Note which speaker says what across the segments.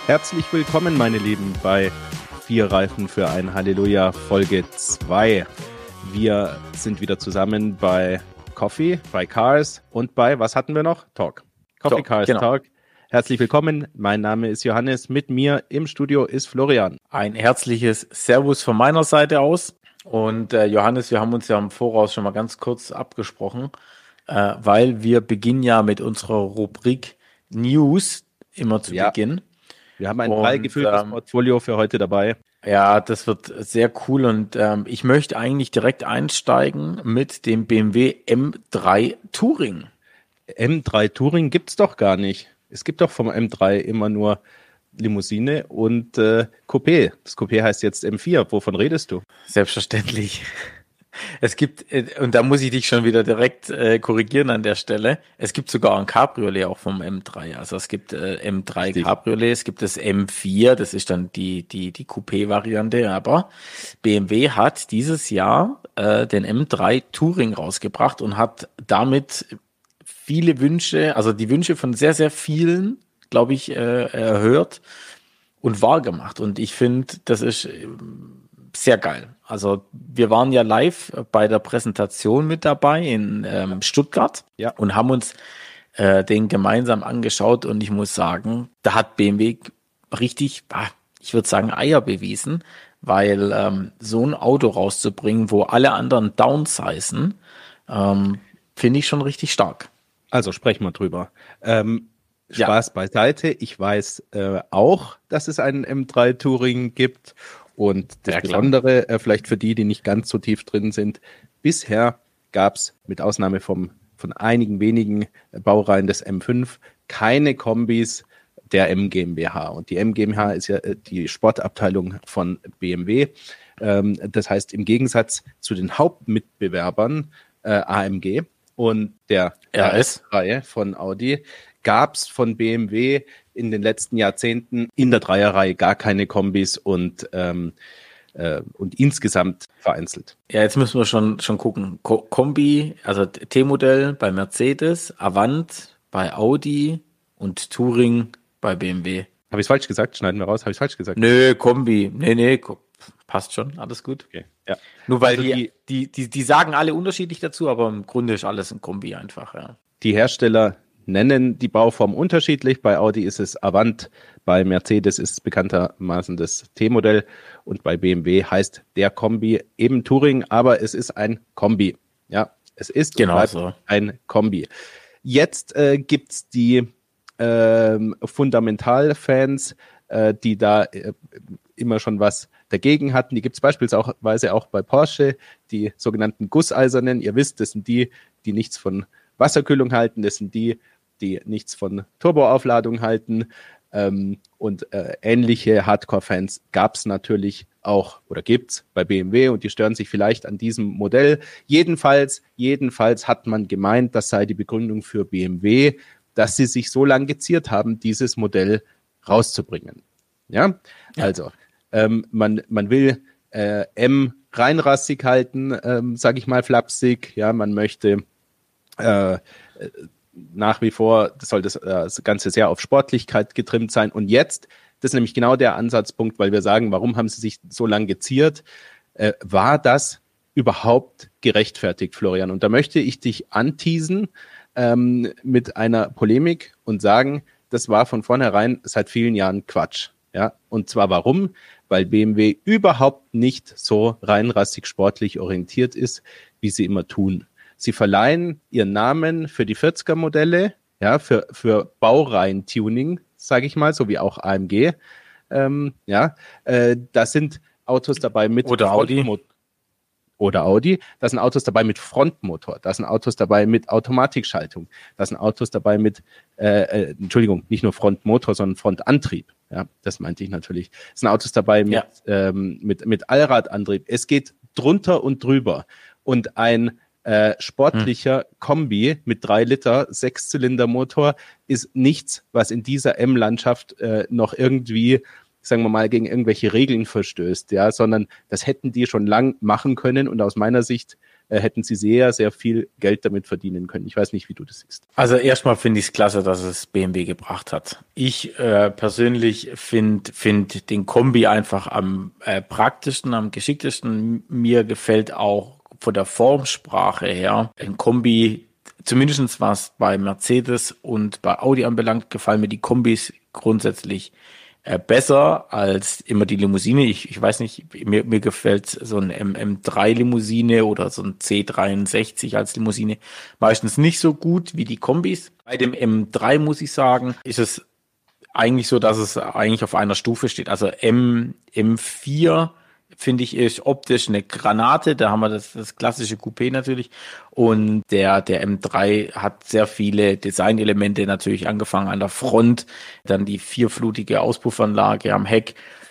Speaker 1: Herzlich willkommen, meine Lieben, bei 4 Reifen für ein Halleluja, Folge 2. Wir sind wieder zusammen bei Coffee, bei Cars und bei, was hatten wir noch? Talk. Coffee, Cars,
Speaker 2: genau.
Speaker 1: Talk. Herzlich willkommen, mein Name ist Johannes, mit mir im Studio ist Florian.
Speaker 2: Ein herzliches Servus von meiner Seite aus. Und Johannes, wir haben uns ja im Voraus schon mal ganz kurz abgesprochen, weil wir beginnen ja mit unserer Rubrik News immer zu Beginn.
Speaker 1: Wir haben ein prall gefülltes Portfolio für heute dabei.
Speaker 2: Ja, das wird sehr cool und ich möchte eigentlich direkt einsteigen mit dem BMW M3 Touring.
Speaker 1: M3 Touring gibt's doch gar nicht. Es gibt doch vom M3 immer nur Limousine und Coupé. Das Coupé heißt jetzt M4. Wovon redest du?
Speaker 2: Selbstverständlich. Es gibt, und da muss ich dich schon wieder direkt korrigieren an der Stelle, es gibt sogar ein Cabriolet auch vom M3. Also es gibt M3 Richtig. Cabriolet, es gibt das M4, das ist dann die Coupé-Variante, aber BMW hat dieses Jahr den M3 Touring rausgebracht und hat damit viele Wünsche, also die Wünsche von sehr, sehr vielen, glaube ich, erhört und wahrgemacht. Und ich finde, das ist sehr geil. Also wir waren ja live bei der Präsentation mit dabei in Stuttgart und haben uns den gemeinsam angeschaut und ich muss sagen, da hat BMW richtig, ich würde sagen, Eier bewiesen, weil so ein Auto rauszubringen, wo alle anderen downsizen, finde ich schon richtig stark.
Speaker 1: Also sprechen wir drüber. Spaß beiseite. Ich weiß auch, dass es einen M3 Touring gibt. Und das Besondere, vielleicht für die nicht ganz so tief drin sind, bisher gab es mit Ausnahme von einigen wenigen Baureihen des M5 keine Kombis der M GmbH. Und die M GmbH ist ja die Sportabteilung von BMW. Das heißt, im Gegensatz zu den Hauptmitbewerbern AMG und der RS-Reihe von Audi gab es von BMW in den letzten Jahrzehnten in der Dreierreihe gar keine Kombis und insgesamt vereinzelt.
Speaker 2: Ja, jetzt müssen wir schon gucken. Kombi, also T-Modell bei Mercedes, Avant bei Audi und Touring bei BMW.
Speaker 1: Habe ich es falsch gesagt? Schneiden wir raus. Habe ich es falsch gesagt?
Speaker 2: Nö, Kombi. Nee, passt schon. Alles gut.
Speaker 1: Okay. Ja.
Speaker 2: Nur weil also die sagen alle unterschiedlich dazu, aber im Grunde ist alles ein Kombi einfach, ja.
Speaker 1: Die Hersteller nennen die Bauform unterschiedlich. Bei Audi ist es Avant, bei Mercedes ist es bekanntermaßen das T-Modell und bei BMW heißt der Kombi eben Touring, aber es ist ein Kombi. Ja, es ist ein Kombi. Jetzt gibt's die Fundamentalfans, die da immer schon was dagegen hatten. Die gibt es beispielsweise auch bei Porsche, die sogenannten Gusseisernen. Ihr wisst, das sind die nichts von Wasserkühlung halten, das sind die nichts von Turboaufladung halten. Und ähnliche Hardcore-Fans gab es natürlich auch oder gibt's bei BMW und die stören sich vielleicht an diesem Modell. Jedenfalls hat man gemeint, das sei die Begründung für BMW, dass sie sich so lange geziert haben, dieses Modell rauszubringen. Ja. Also man will M reinrassig halten, sage ich mal flapsig. Ja, man möchte nach wie vor soll das Ganze sehr auf Sportlichkeit getrimmt sein. Und jetzt, das ist nämlich genau der Ansatzpunkt, weil wir sagen, warum haben sie sich so lange geziert? War das überhaupt gerechtfertigt, Florian? Und da möchte ich dich anteasen mit einer Polemik und sagen, das war von vornherein seit vielen Jahren Quatsch. Ja? Und zwar warum? Weil BMW überhaupt nicht so reinrassig sportlich orientiert ist, wie sie immer tun. Sie verleihen ihren Namen für die 40er-Modelle, ja, für Baureihen-Tuning, sage ich mal, so wie auch AMG. Da sind Autos dabei mit Audi. Da sind Autos dabei mit Frontmotor. Da sind Autos dabei mit Automatikschaltung. Da sind Autos dabei mit, nicht nur Frontmotor, sondern Frontantrieb. Ja, das meinte ich natürlich. Es sind Autos dabei mit Allradantrieb. Es geht drunter und drüber. Und ein sportlicher Kombi mit 3 Liter 6-Zylinder-Motor ist nichts, was in dieser M-Landschaft noch irgendwie sagen wir mal, gegen irgendwelche Regeln verstößt, ja, sondern das hätten die schon lang machen können und aus meiner Sicht hätten sie sehr, sehr viel Geld damit verdienen können. Ich weiß nicht, wie du das siehst.
Speaker 2: Also erstmal finde ich es klasse, dass es BMW gebracht hat. Ich persönlich finde den Kombi einfach am praktischsten, am geschicktesten. Mir gefällt auch von der Formsprache her ein Kombi, zumindest was bei Mercedes und bei Audi anbelangt, gefallen mir die Kombis grundsätzlich besser als immer die Limousine. Ich weiß nicht, mir gefällt so ein MM3-Limousine oder so ein C63 als Limousine meistens nicht so gut wie die Kombis. Bei dem M3 muss ich sagen, ist es eigentlich so, dass es eigentlich auf einer Stufe steht. Also M4 finde ich, ist optisch eine Granate. Da haben wir das klassische Coupé natürlich. Und der M3 hat sehr viele Designelemente, natürlich angefangen an der Front, dann die vierflutige Auspuffanlage am Heck,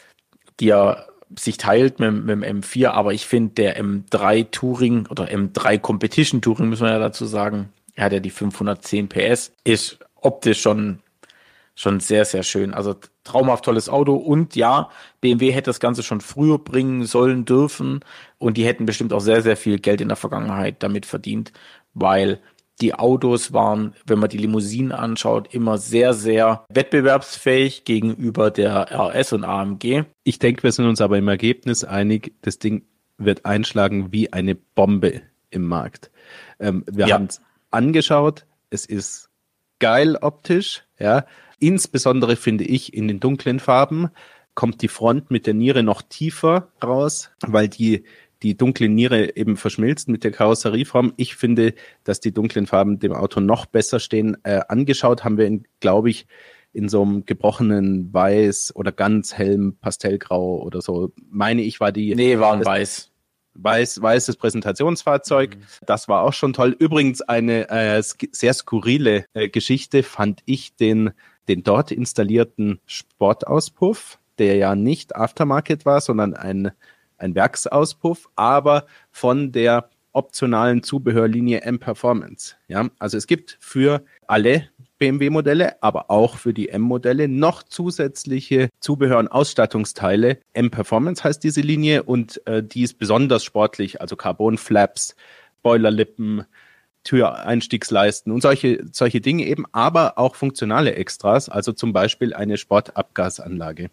Speaker 2: die er sich teilt mit dem M4. Aber ich finde, der M3 Touring oder M3 Competition Touring, müssen wir ja dazu sagen, er hat ja die 510 PS, ist optisch schon sehr, sehr schön. Also traumhaft tolles Auto. Und ja, BMW hätte das Ganze schon früher bringen sollen dürfen. Und die hätten bestimmt auch sehr, sehr viel Geld in der Vergangenheit damit verdient, weil die Autos waren, wenn man die Limousinen anschaut, immer sehr, sehr wettbewerbsfähig gegenüber der RS und AMG.
Speaker 1: Ich denke, wir sind uns aber im Ergebnis einig, das Ding wird einschlagen wie eine Bombe im Markt. Wir haben es angeschaut, es ist geil optisch, ja. Insbesondere finde ich, in den dunklen Farben kommt die Front mit der Niere noch tiefer raus, weil die dunkle Niere eben verschmilzt mit der Karosserieform. Ich finde, dass die dunklen Farben dem Auto noch besser stehen. Angeschaut haben wir ihn, glaube ich, in so einem gebrochenen Weiß oder ganz hellem Pastellgrau oder so. Meine ich, war die...
Speaker 2: Nee, war ein Weiß.
Speaker 1: Weißes Präsentationsfahrzeug. Das war auch schon toll. Übrigens eine sehr skurrile Geschichte fand ich den dort installierten Sportauspuff, der ja nicht Aftermarket war, sondern ein Werksauspuff, aber von der optionalen Zubehörlinie M-Performance. Ja, also es gibt für alle BMW-Modelle, aber auch für die M-Modelle noch zusätzliche Zubehör- und Ausstattungsteile. M-Performance heißt diese Linie und die ist besonders sportlich, also Carbon-Flaps, Spoilerlippen, Türeinstiegsleisten und solche Dinge eben, aber auch funktionale Extras, also zum Beispiel eine Sportabgasanlage.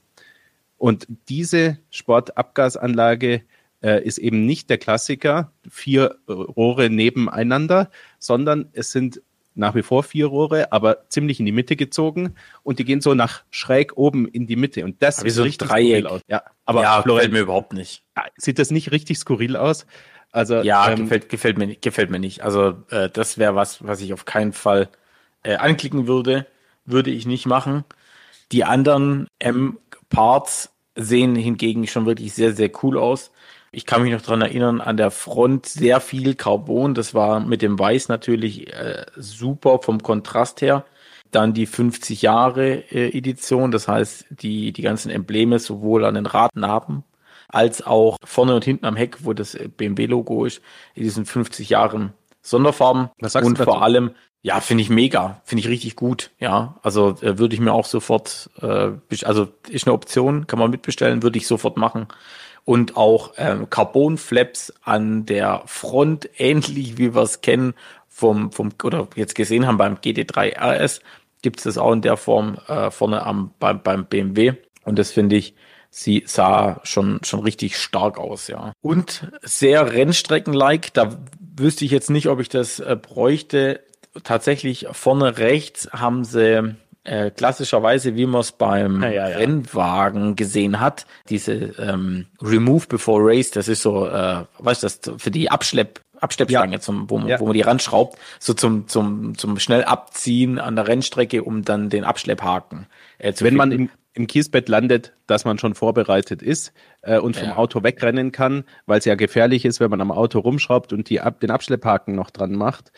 Speaker 1: Und diese Sportabgasanlage ist eben nicht der Klassiker, 4 Rohre nebeneinander, sondern es sind nach wie vor 4 Rohre, aber ziemlich in die Mitte gezogen und die gehen so nach schräg oben in die Mitte. Und das
Speaker 2: sieht richtig skurril
Speaker 1: aus. Ja, aber
Speaker 2: gefällt mir überhaupt nicht.
Speaker 1: Sieht das nicht richtig skurril aus? Also,
Speaker 2: ja, gefällt mir nicht. Also das wäre was ich auf keinen Fall anklicken würde ich nicht machen. Die anderen M-Parts sehen hingegen schon wirklich sehr, sehr cool aus. Ich kann mich noch dran erinnern, an der Front sehr viel Carbon. Das war mit dem Weiß natürlich super vom Kontrast her. Dann die 50 Jahre Edition, das heißt die ganzen Embleme sowohl an den Radnaben als auch vorne und hinten am Heck, wo das BMW-Logo ist, in diesen 50 Jahren Sonderfarben.
Speaker 1: Was sagst
Speaker 2: und
Speaker 1: du dazu?
Speaker 2: Vor allem, ja, finde ich mega, finde ich richtig gut, ja. Also würde ich mir auch sofort, also ist eine Option, kann man mitbestellen, würde ich sofort machen. Und auch Carbon-Flaps an der Front, ähnlich wie wir es kennen oder jetzt gesehen haben beim GT3 RS, gibt es das auch in der Form vorne beim BMW. Und das finde ich, sie sah schon richtig stark aus, ja. Und sehr Rennstrecken-like, da wüsste ich jetzt nicht, ob ich das bräuchte. Tatsächlich vorne rechts haben sie klassischerweise, wie man es beim Rennwagen gesehen hat, diese Remove Before Race, das ist so, weißt du, das für die Abschleppstange, wo man die ranschraubt, so zum schnell abziehen an der Rennstrecke, um dann den Abschlepphaken zu
Speaker 1: Wenn
Speaker 2: finden.
Speaker 1: man im Kiesbett landet, dass man schon vorbereitet ist und vom Auto wegrennen kann, weil es ja gefährlich ist, wenn man am Auto rumschraubt und den Abschlepphaken noch dran macht.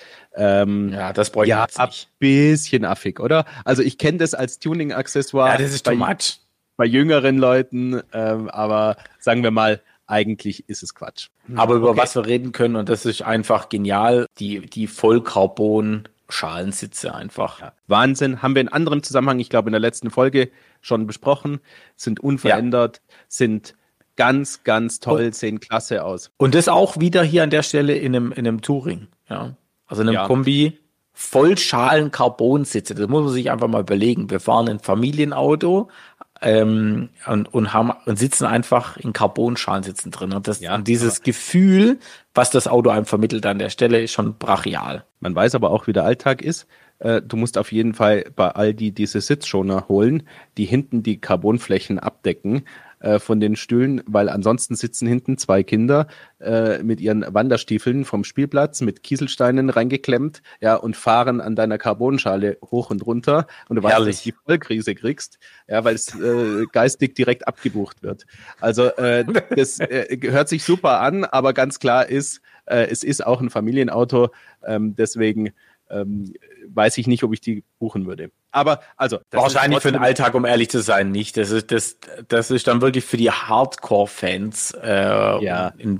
Speaker 2: Das bräuchte ich jetzt nicht.
Speaker 1: Ein bisschen affig, oder? Also ich kenne das als Tuning-Accessoire.
Speaker 2: Ja, das ist too much.
Speaker 1: Bei jüngeren Leuten, aber sagen wir mal, eigentlich ist es Quatsch.
Speaker 2: Aber über was wir reden können, und das ist einfach genial, die Vollcarbon Schalensitze einfach.
Speaker 1: Ja, Wahnsinn. Haben wir in anderem Zusammenhang, ich glaube in der letzten Folge schon besprochen, sind unverändert, sind ganz, ganz toll, sehen klasse aus.
Speaker 2: Und das auch wieder hier an der Stelle in einem Touring. Ja. Also in einem Kombi. Vollschalen-Carbon-Sitze. Das muss man sich einfach mal überlegen. Wir fahren ein Familienauto und sitzen einfach in Carbon-Schalensitzen drin. Und dieses Gefühl, was das Auto einem vermittelt an der Stelle, ist schon brachial.
Speaker 1: Man weiß aber auch, wie der Alltag ist. Du musst auf jeden Fall bei Aldi diese Sitzschoner holen, die hinten die Carbonflächen abdecken von den Stühlen, weil ansonsten sitzen hinten 2 Kinder mit ihren Wanderstiefeln vom Spielplatz mit Kieselsteinen reingeklemmt, ja, und fahren an deiner Carbonschale hoch und runter und du weißt, dass du die Vollkrise kriegst, ja, weil es geistig direkt abgebucht wird. Also das hört sich super an, aber ganz klar ist, es ist auch ein Familienauto, deswegen weiß ich nicht, ob ich die buchen würde. Aber also
Speaker 2: wahrscheinlich für den Alltag, um ehrlich zu sein, nicht. Das ist dann wirklich für die Hardcore-Fans im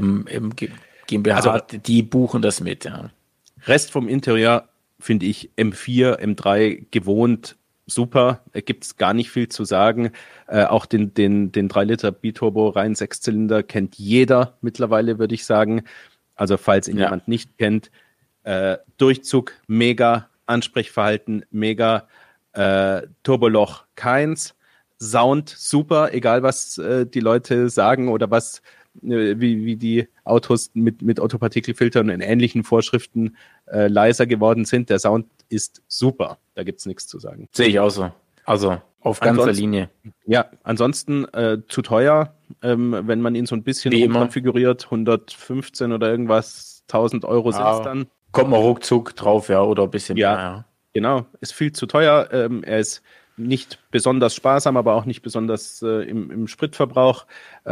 Speaker 2: GmbH, also, die buchen das mit. Ja.
Speaker 1: Rest vom Interieur finde ich M4, M3 gewohnt super. Da gibt es gar nicht viel zu sagen. Auch den 3 Liter Biturbo rein 6-Zylinder kennt jeder mittlerweile, würde ich sagen. Also falls ihn jemand nicht kennt, Durchzug mega, Ansprechverhalten mega, Turboloch keins, Sound super, egal was die Leute sagen oder was wie die Autos mit Autopartikelfiltern und ähnlichen Vorschriften leiser geworden sind. Der Sound ist super, da gibt's nichts zu sagen.
Speaker 2: Sehe ich auch so. Also auf ganzer Linie.
Speaker 1: Ja, ansonsten zu teuer, wenn man ihn so ein bisschen konfiguriert, 115 oder irgendwas, 1.000 Euro sind es dann.
Speaker 2: Kommt man ruckzuck drauf, ja, oder ein bisschen mehr.
Speaker 1: Ja, genau. Ist viel zu teuer. Er ist nicht besonders sparsam, aber auch nicht besonders im Spritverbrauch.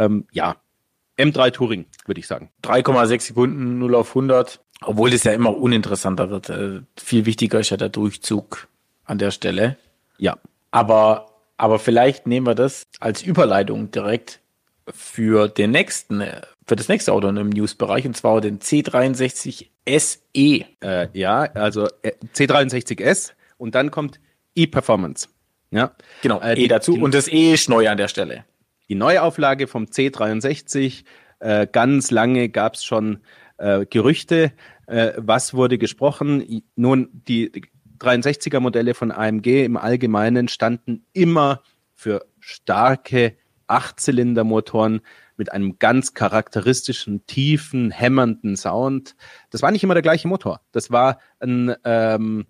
Speaker 1: M3 Touring, würde ich sagen.
Speaker 2: 3,6 Sekunden, 0 auf 100. Obwohl das ja immer uninteressanter wird. Viel wichtiger ist ja der Durchzug an der Stelle.
Speaker 1: Ja.
Speaker 2: Aber vielleicht nehmen wir das als Überleitung direkt für das nächste Auto im News-Bereich, und zwar den C63 SE.
Speaker 1: Also C63S und dann kommt E-Performance. Ja,
Speaker 2: genau, dazu. Und das E ist neu an der Stelle.
Speaker 1: Die Neuauflage vom C63, ganz lange gab es schon Gerüchte. Was wurde gesprochen? Nun, die 63er Modelle von AMG im Allgemeinen standen immer für starke 8-Zylinder-Motoren mit einem ganz charakteristischen, tiefen, hämmernden Sound. Das war nicht immer der gleiche Motor. Das war früher
Speaker 2: waren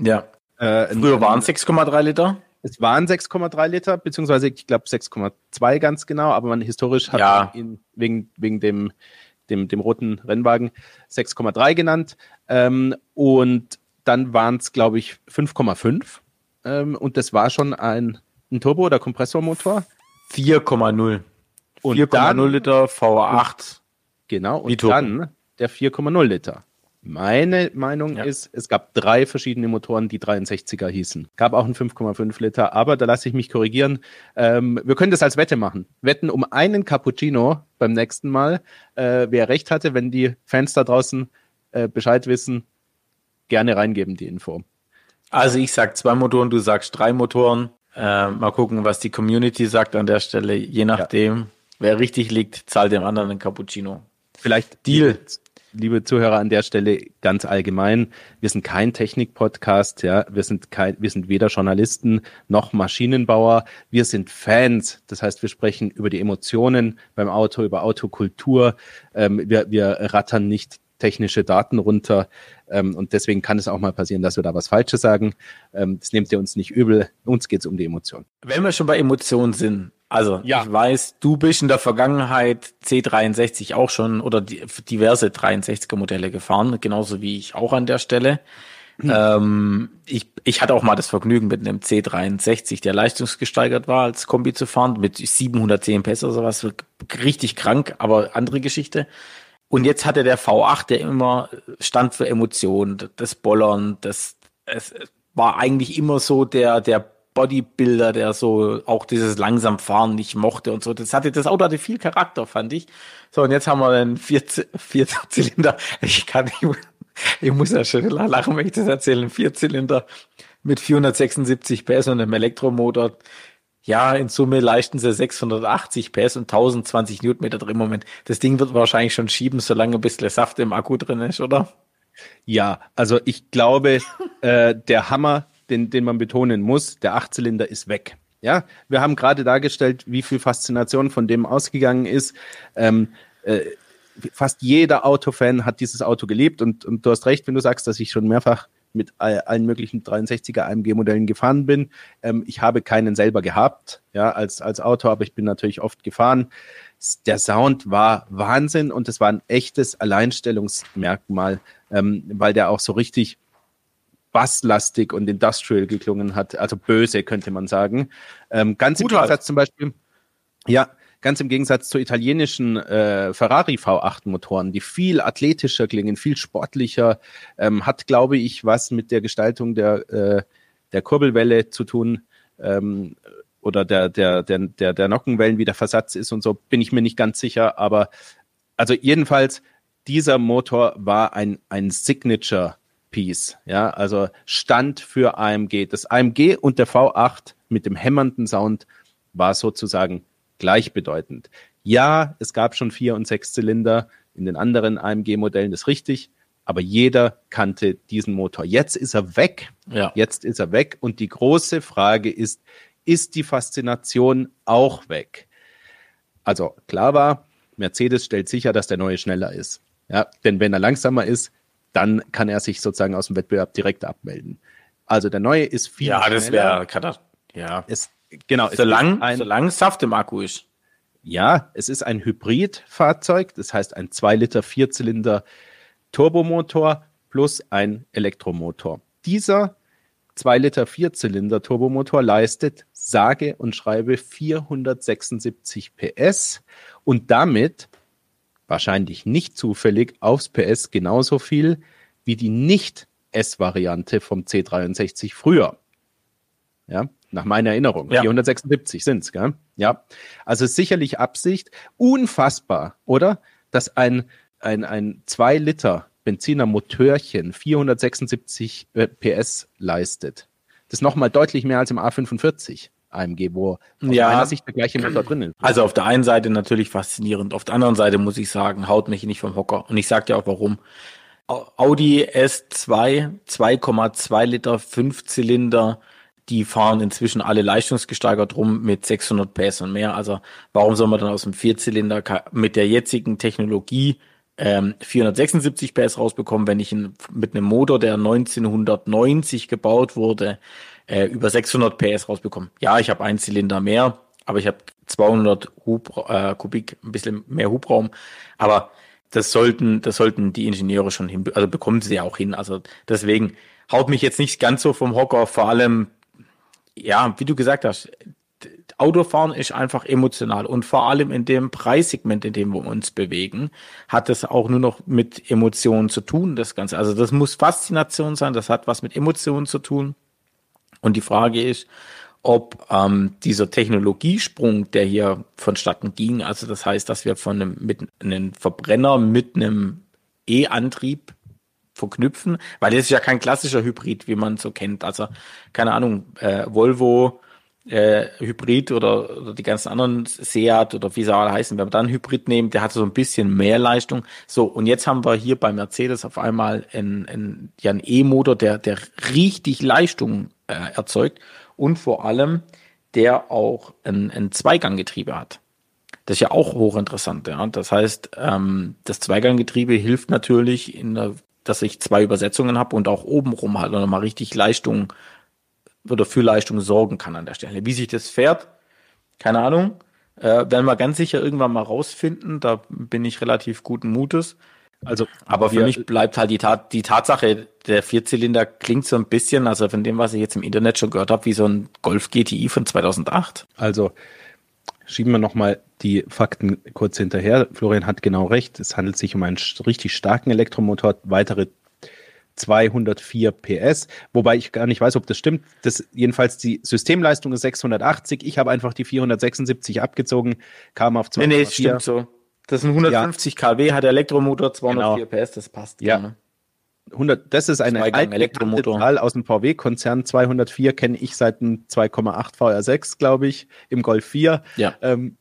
Speaker 2: 6,3 Liter.
Speaker 1: Es waren 6,3 Liter, beziehungsweise ich glaube 6,2 ganz genau, aber man historisch hat ihn wegen dem roten Rennwagen 6,3 genannt. Und dann waren es, glaube ich, 5,5. Und das war schon ein Turbo- oder Kompressormotor.
Speaker 2: 4,0. 4,0 Liter V8.
Speaker 1: Genau, und dann der 4,0 Liter. Meine Meinung ist, es gab 3 verschiedene Motoren, die 63er hießen. Gab auch einen 5,5 Liter, aber da lasse ich mich korrigieren. Wir können das als Wette machen. Wetten um einen Cappuccino beim nächsten Mal. Wer recht hatte, wenn die Fans da draußen Bescheid wissen, gerne reingeben die Info.
Speaker 2: Also ich sag 2 Motoren, du sagst 3 Motoren. Mal gucken, was die Community sagt an der Stelle. Je nachdem, wer richtig liegt, zahlt dem anderen einen Cappuccino.
Speaker 1: Vielleicht Deal. Liebe Zuhörer an der Stelle ganz allgemein, wir sind kein Technik-Podcast, ja, wir sind weder Journalisten noch Maschinenbauer, wir sind Fans, das heißt, wir sprechen über die Emotionen beim Auto, über Autokultur, wir rattern nicht technische Daten runter und deswegen kann es auch mal passieren, dass wir da was Falsches sagen. Das nehmt ihr uns nicht übel, uns geht es um die Emotionen.
Speaker 2: Wenn wir schon bei Emotionen sind, also ich weiß, du bist in der Vergangenheit C63 auch schon oder diverse 63er Modelle gefahren, genauso wie ich auch an der Stelle. Ich hatte auch mal das Vergnügen, mit einem C63, der leistungsgesteigert war, als Kombi zu fahren, mit 710 PS oder sowas, richtig krank, aber andere Geschichte. Und jetzt hatte der V8, der immer stand für Emotionen, das Bollern, es war eigentlich immer so der Bodybuilder, der so auch dieses langsam Fahren nicht mochte und so. Das Auto hatte viel Charakter, fand ich. So, und jetzt haben wir einen 4-Zylinder. Ich kann nicht, Ich muss ja schon lachen, wenn ich das erzähle. Ein Vierzylinder mit 476 PS und einem Elektromotor. Ja, in Summe leisten sie 680 PS und 1020 Newtonmeter Drehmoment. Das Ding wird wahrscheinlich schon schieben, solange ein bisschen Saft im Akku drin ist, oder?
Speaker 1: Ja, also ich glaube, der Hammer, den man betonen muss, der Achtzylinder ist weg. Ja, wir haben gerade dargestellt, wie viel Faszination von dem ausgegangen ist. Fast jeder Autofan hat dieses Auto geliebt und du hast recht, wenn du sagst, dass ich schon mehrfach mit allen möglichen 63er AMG-Modellen gefahren bin. Ich habe keinen selber gehabt, ja, als Auto, aber ich bin natürlich oft gefahren. Der Sound war Wahnsinn und es war ein echtes Alleinstellungsmerkmal, weil der auch so richtig basslastig und industrial geklungen hat, also böse, könnte man sagen. Ganz im Gegensatz zum Beispiel, ja, ganz im Gegensatz zu italienischen Ferrari V8 Motoren, die viel athletischer klingen, viel sportlicher, hat, glaube ich, was mit der Gestaltung der Kurbelwelle zu tun, oder der Nockenwellen, wie der Versatz ist und so, bin ich mir nicht ganz sicher, aber also jedenfalls, dieser Motor war ein Signature Piece, ja, also stand für AMG. Das AMG und der V8 mit dem hämmernden Sound war sozusagen gleichbedeutend. Ja, es gab schon 4- und 6-Zylinder in den anderen AMG-Modellen, das ist richtig, aber jeder kannte diesen Motor. Jetzt ist er weg. Ja. Jetzt ist er weg und die große Frage ist die Faszination auch weg? Also klar war, Mercedes stellt sicher, dass der neue schneller ist. Ja, denn wenn er langsamer ist, dann kann er sich sozusagen aus dem Wettbewerb direkt abmelden. Also der neue ist viel schneller.
Speaker 2: Ja, das wäre, ja.
Speaker 1: Genau.
Speaker 2: Solange Saft im Akku ist.
Speaker 1: Ja, es ist ein Hybridfahrzeug, das heißt ein 2-Liter 4-Zylinder Turbomotor plus ein Elektromotor. Dieser 2-Liter 4-Zylinder Turbomotor leistet sage und schreibe 476 PS und damit wahrscheinlich nicht zufällig aufs PS genauso viel wie die Nicht-S-Variante vom C63 früher. Ja, nach meiner Erinnerung. Ja. 476 sind es, gell? Ja. Also sicherlich Absicht. Unfassbar, oder? Dass ein 2-Liter Benziner Motörchen 476 PS leistet. Das ist nochmal deutlich mehr als im A45 AMG, wo aus meiner Sicht der gleiche Motor drin ist.
Speaker 2: Also auf der einen Seite natürlich faszinierend, auf der anderen Seite muss ich sagen, haut mich nicht vom Hocker. Und ich sag dir auch warum. Audi S2, 2,2 Liter, 5-Zylinder, die fahren inzwischen alle leistungsgesteigert rum mit 600 PS und mehr. Also warum soll man dann aus dem 4-Zylinder mit der jetzigen Technologie 476 PS rausbekommen, wenn ich mit einem Motor, der 1990 gebaut wurde, über 600 PS rausbekomme? Ja, ich habe einen Zylinder mehr, aber ich habe 200 Kubik, ein bisschen mehr Hubraum. Aber das sollten die Ingenieure schon hin, also bekommen sie ja auch hin. Also deswegen haut mich jetzt nicht ganz so vom Hocker, vor allem, ja, wie du gesagt hast, Autofahren ist einfach emotional und vor allem in dem Preissegment, in dem wir uns bewegen, hat es auch nur noch mit Emotionen zu tun, das Ganze. Also das muss Faszination sein, das hat was mit Emotionen zu tun. Und die Frage ist, ob dieser Technologiesprung, der hier vonstatten ging, also das heißt, dass wir mit einem Verbrenner mit einem E-Antrieb verknüpfen, weil das ist ja kein klassischer Hybrid, wie man so kennt. Also keine Ahnung, Volvo Hybrid oder die ganzen anderen Seat oder wie sie alle heißen, wenn wir dann Hybrid nehmen, der hat so ein bisschen mehr Leistung. So, und jetzt haben wir hier bei Mercedes auf einmal einen E-Motor, der richtig Leistung erzeugt und vor allem der auch ein Zweiganggetriebe hat. Das ist ja auch hochinteressant. Ja. Das heißt, das Zweiganggetriebe hilft natürlich, dass ich 2 Übersetzungen habe und auch obenrum halt nochmal richtig Leistung oder für Leistung sorgen kann an der Stelle. Wie sich das fährt, keine Ahnung. Werden wir ganz sicher irgendwann mal rausfinden. Da bin ich relativ guten Mutes. Also, aber für mich bleibt halt die Tatsache, der 4-Zylinder klingt so ein bisschen, also von dem, was ich jetzt im Internet schon gehört habe, wie so ein Golf GTI von 2008.
Speaker 1: Also schieben wir nochmal die Fakten kurz hinterher. Florian hat genau recht. Es handelt sich um einen richtig starken Elektromotor, weitere 204 PS, wobei ich gar nicht weiß, ob das stimmt. Jedenfalls die Systemleistung ist 680. Ich habe einfach die 476 abgezogen, kam auf 204.
Speaker 2: Nee, stimmt so. Das sind 150 kW, hat der Elektromotor 204 PS, das passt.
Speaker 1: Ja. Das ist eine alte Zahl aus dem VW-Konzern. 204 kenne ich seit dem 2,8 VR6, glaube ich, im Golf 4.
Speaker 2: Ja.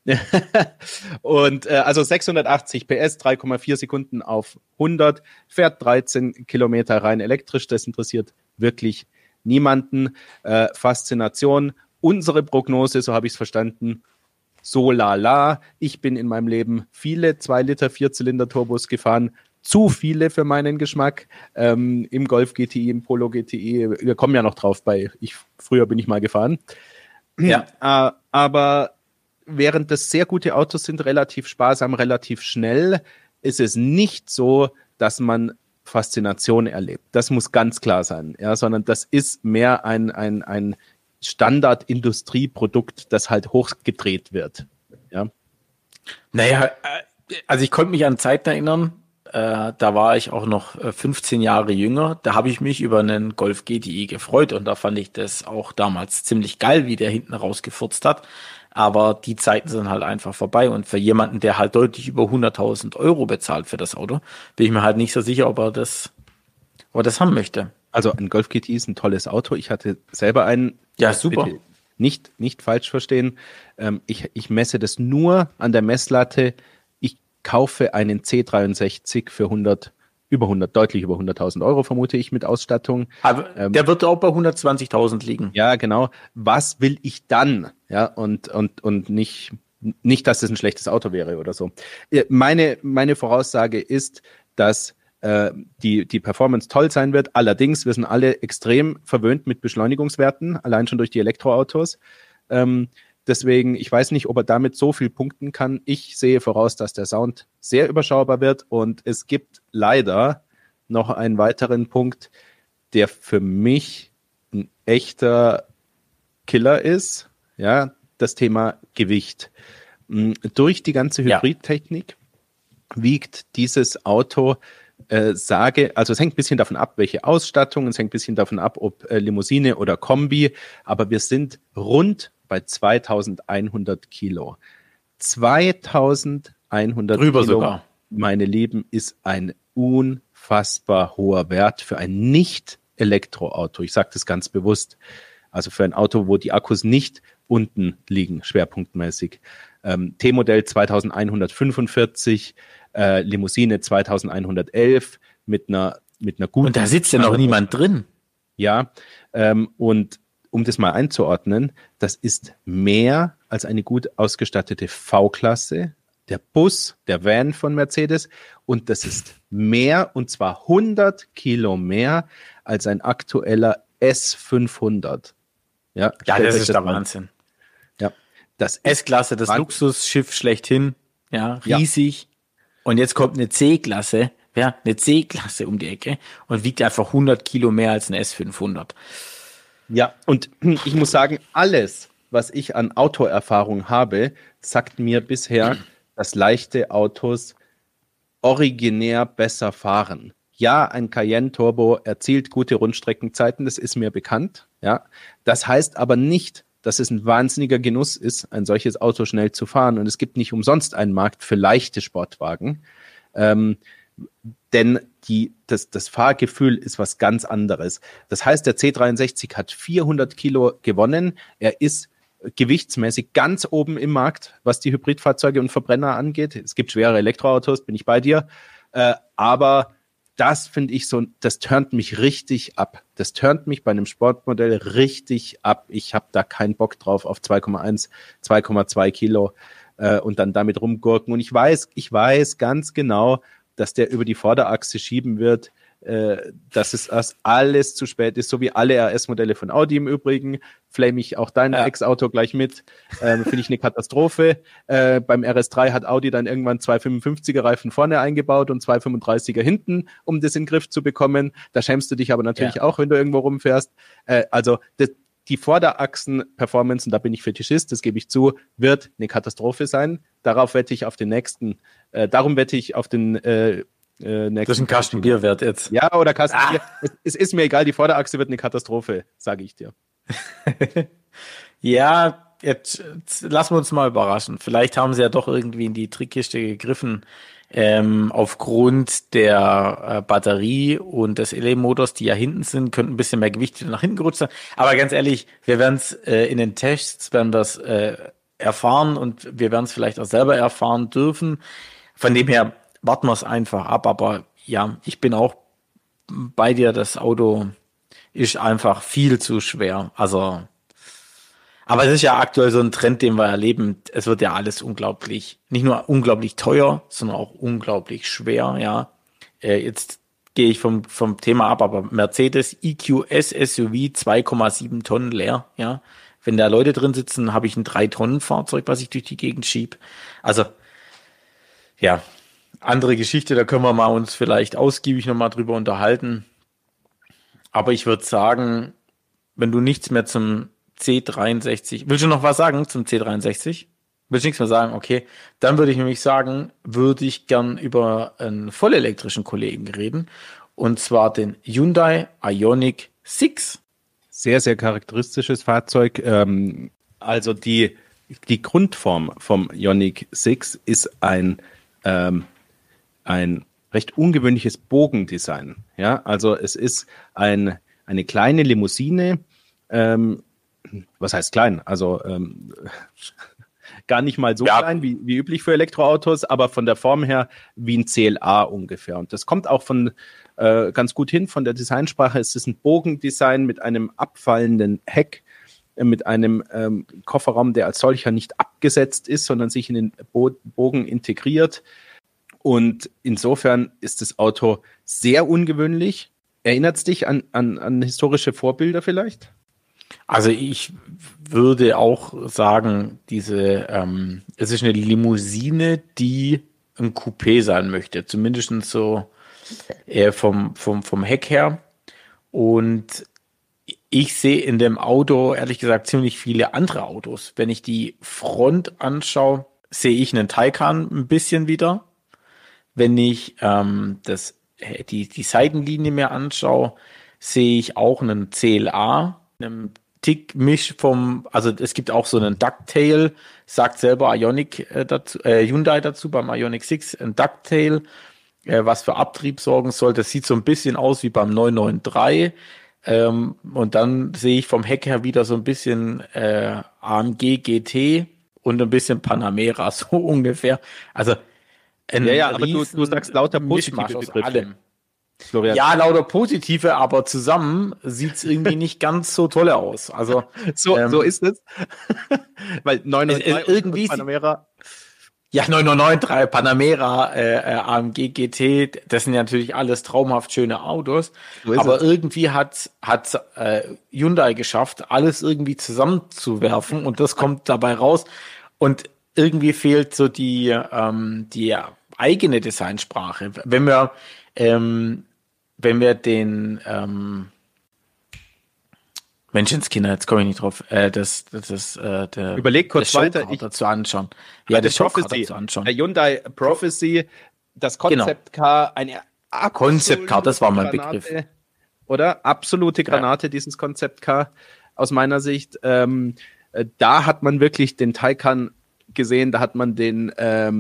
Speaker 1: Und also 680 PS, 3,4 Sekunden auf 100, fährt 13 Kilometer rein elektrisch. Das interessiert wirklich niemanden. Faszination. Unsere Prognose, so habe ich es verstanden, so lala. Ich bin in meinem Leben viele 2 Liter Vierzylinder-Turbos gefahren. Zu viele für meinen Geschmack. Im Golf GTI, im Polo GTI. Wir kommen ja noch drauf früher bin ich mal gefahren.
Speaker 2: Ja.
Speaker 1: Aber während das sehr gute Autos sind, relativ sparsam, relativ schnell, ist es nicht so, dass man Faszination erlebt. Das muss ganz klar sein. Ja, sondern das ist mehr ein Standard-Industrieprodukt, das halt hochgedreht wird. Ja.
Speaker 2: Naja, also ich konnte mich an Zeiten erinnern, da war ich auch noch 15 Jahre jünger. Da habe ich mich über einen Golf GTI gefreut und da fand ich das auch damals ziemlich geil, wie der hinten rausgefurzt hat. Aber die Zeiten sind halt einfach vorbei und für jemanden, der halt deutlich über 100.000 Euro bezahlt für das Auto, bin ich mir halt nicht so sicher, ob er das haben möchte.
Speaker 1: Also ein Golf GTI ist ein tolles Auto. Ich hatte selber einen.
Speaker 2: Ja, super.
Speaker 1: Bitte nicht falsch verstehen. Ich messe das nur an der Messlatte. Kaufe einen C63 für deutlich über 100.000 Euro, vermute ich, mit Ausstattung.
Speaker 2: Aber der wird auch bei 120.000 liegen.
Speaker 1: Ja, genau. Was will ich dann? Ja, und nicht, dass es ein schlechtes Auto wäre oder so. Meine Voraussage ist, dass die Performance toll sein wird. Allerdings, wir sind alle extrem verwöhnt mit Beschleunigungswerten, allein schon durch die Elektroautos. Deswegen, ich weiß nicht, ob er damit so viel punkten kann. Ich sehe voraus, dass der Sound sehr überschaubar wird und es gibt leider noch einen weiteren Punkt, der für mich ein echter Killer ist. Ja, das Thema Gewicht. Durch die ganze Hybridtechnik wiegt dieses Auto, also es hängt ein bisschen davon ab, welche Ausstattung, es hängt ein bisschen davon ab, ob Limousine oder Kombi, aber wir sind rund bei 2100 Kilo. 2100
Speaker 2: Drüber
Speaker 1: Kilo,
Speaker 2: sogar.
Speaker 1: Meine Lieben, ist ein unfassbar hoher Wert für ein Nicht-Elektroauto. Ich sage das ganz bewusst. Also für ein Auto, wo die Akkus nicht unten liegen, schwerpunktmäßig. T-Modell 2145, Limousine 2111 mit einer guten...
Speaker 2: Und da sitzt ja noch niemand drin.
Speaker 1: Ja, und um das mal einzuordnen, das ist mehr als eine gut ausgestattete V-Klasse, der Bus, der Van von Mercedes, und das ist mehr, und zwar 100 Kilo mehr als ein aktueller S500. Ja,
Speaker 2: das ist der Wahnsinn.
Speaker 1: Ja, das
Speaker 2: S-Klasse, das Luxusschiff schlechthin, ja, riesig. Ja. Und jetzt kommt eine C-Klasse, eine C-Klasse um die Ecke und wiegt einfach 100 Kilo mehr als ein S500.
Speaker 1: Ja, und ich muss sagen, alles, was ich an Autoerfahrung habe, sagt mir bisher, dass leichte Autos originär besser fahren. Ja, ein Cayenne Turbo erzielt gute Rundstreckenzeiten, das ist mir bekannt. Ja, das heißt aber nicht, dass es ein wahnsinniger Genuss ist, ein solches Auto schnell zu fahren. Und es gibt nicht umsonst einen Markt für leichte Sportwagen. Denn das Fahrgefühl ist was ganz anderes. Das heißt, der C63 hat 400 Kilo gewonnen. Er ist gewichtsmäßig ganz oben im Markt, was die Hybridfahrzeuge und Verbrenner angeht. Es gibt schwere Elektroautos, bin ich bei dir. Aber das finde ich das turnt mich richtig ab. Das turnt mich bei einem Sportmodell richtig ab. Ich habe da keinen Bock drauf auf 2,1, 2,2 Kilo und dann damit rumgurken. Und ich weiß ganz genau, dass der über die Vorderachse schieben wird, dass es erst alles zu spät ist, so wie alle RS-Modelle von Audi im Übrigen. Flame ich auch dein Ex-Auto gleich mit. Finde ich eine Katastrophe. Beim RS3 hat Audi dann irgendwann 255er Reifen vorne eingebaut und 235er hinten, um das in den Griff zu bekommen. Da schämst du dich aber natürlich auch, wenn du irgendwo rumfährst. Die Vorderachsen-Performance, und da bin ich Fetischist, das gebe ich zu, wird eine Katastrophe sein. Darauf wette ich auf den nächsten, darum wette ich auf den nächsten.
Speaker 2: Das ist ein Kasten Bier wert jetzt.
Speaker 1: Ja, oder Kasten Bier. Es ist mir egal, die Vorderachse wird eine Katastrophe, sage ich dir.
Speaker 2: Ja, jetzt lassen wir uns mal überraschen. Vielleicht haben sie ja doch irgendwie in die Trickkiste gegriffen. Aufgrund der Batterie und des LE-Motors, die ja hinten sind, könnte ein bisschen mehr Gewicht wieder nach hinten gerutscht sein. Aber ganz ehrlich, wir werden es in den Tests, werden wir es erfahren und wir werden es vielleicht auch selber erfahren dürfen. Von dem her warten wir es einfach ab. Aber ja, ich bin auch bei dir, das Auto ist einfach viel zu schwer. Also, aber es ist ja aktuell so ein Trend, den wir erleben. Es wird ja alles unglaublich, nicht nur unglaublich teuer, sondern auch unglaublich schwer, ja. Jetzt gehe ich vom Thema ab, aber Mercedes EQS SUV 2,7 Tonnen leer, ja. Wenn da Leute drin sitzen, habe ich ein 3-Tonnen-Fahrzeug, was ich durch die Gegend schiebe. Also, ja, andere Geschichte, da können wir mal uns vielleicht ausgiebig nochmal drüber unterhalten. Aber ich würde sagen, wenn du nichts mehr zum C63, willst du noch was sagen zum C63? Willst du nichts mehr sagen? Okay, dann würde ich nämlich sagen, würde ich gern über einen vollelektrischen Kollegen reden, und zwar den Hyundai Ioniq 6.
Speaker 1: Sehr, sehr charakteristisches Fahrzeug. Also die Grundform vom Ioniq 6 ist ein recht ungewöhnliches Bogendesign. Ja, also es ist eine kleine Limousine. Was heißt klein? Also gar nicht mal so klein wie üblich für Elektroautos, aber von der Form her wie ein CLA ungefähr. Und das kommt auch ganz gut hin von der Designsprache. Es ist ein Bogendesign mit einem abfallenden Heck, mit einem Kofferraum, der als solcher nicht abgesetzt ist, sondern sich in den Bogen integriert. Und insofern ist das Auto sehr ungewöhnlich. Erinnert es dich an historische Vorbilder vielleicht?
Speaker 2: Also ich würde auch sagen, es ist eine Limousine, die ein Coupé sein möchte, zumindest so vom Heck her. Und ich sehe in dem Auto, ehrlich gesagt, ziemlich viele andere Autos. Wenn ich die Front anschaue, sehe ich einen Taycan ein bisschen wieder. Wenn ich die Seitenlinie mir anschaue, sehe ich auch einen CLA, einen Tick-Misch also es gibt auch so einen Ducktail, sagt selber Hyundai dazu beim Ioniq 6, ein Ducktail, was für Abtrieb sorgen soll. Das sieht so ein bisschen aus wie beim 993. Und dann sehe ich vom Heck her wieder so ein bisschen AMG GT und ein bisschen Panamera, so ungefähr. Also
Speaker 1: aber du sagst lauter positive Begriffe.
Speaker 2: Florian. Ja, lauter positive, aber zusammen sieht's irgendwie nicht ganz so toll aus. Also
Speaker 1: so ist es. Weil
Speaker 2: 993 irgendwie Panamera. Ja, 993 Panamera, AMG GT, das sind ja natürlich alles traumhaft schöne Autos. So aber irgendwie hat Hyundai geschafft, alles irgendwie zusammenzuwerfen und das kommt dabei raus. Und irgendwie fehlt so die eigene Designsprache. Wenn wir den Menschenskinder, jetzt komme ich nicht drauf,
Speaker 1: überleg kurz weiter,
Speaker 2: dazu anschauen. Ja, das
Speaker 1: Prophecy
Speaker 2: dazu anschauen.
Speaker 1: Hyundai Prophecy, das Concept Car, eine
Speaker 2: Concept Car, das war mein Begriff.
Speaker 1: Oder? Absolute Granate, dieses Concept Car, aus meiner Sicht. Da hat man wirklich den Taycan gesehen, da hat man den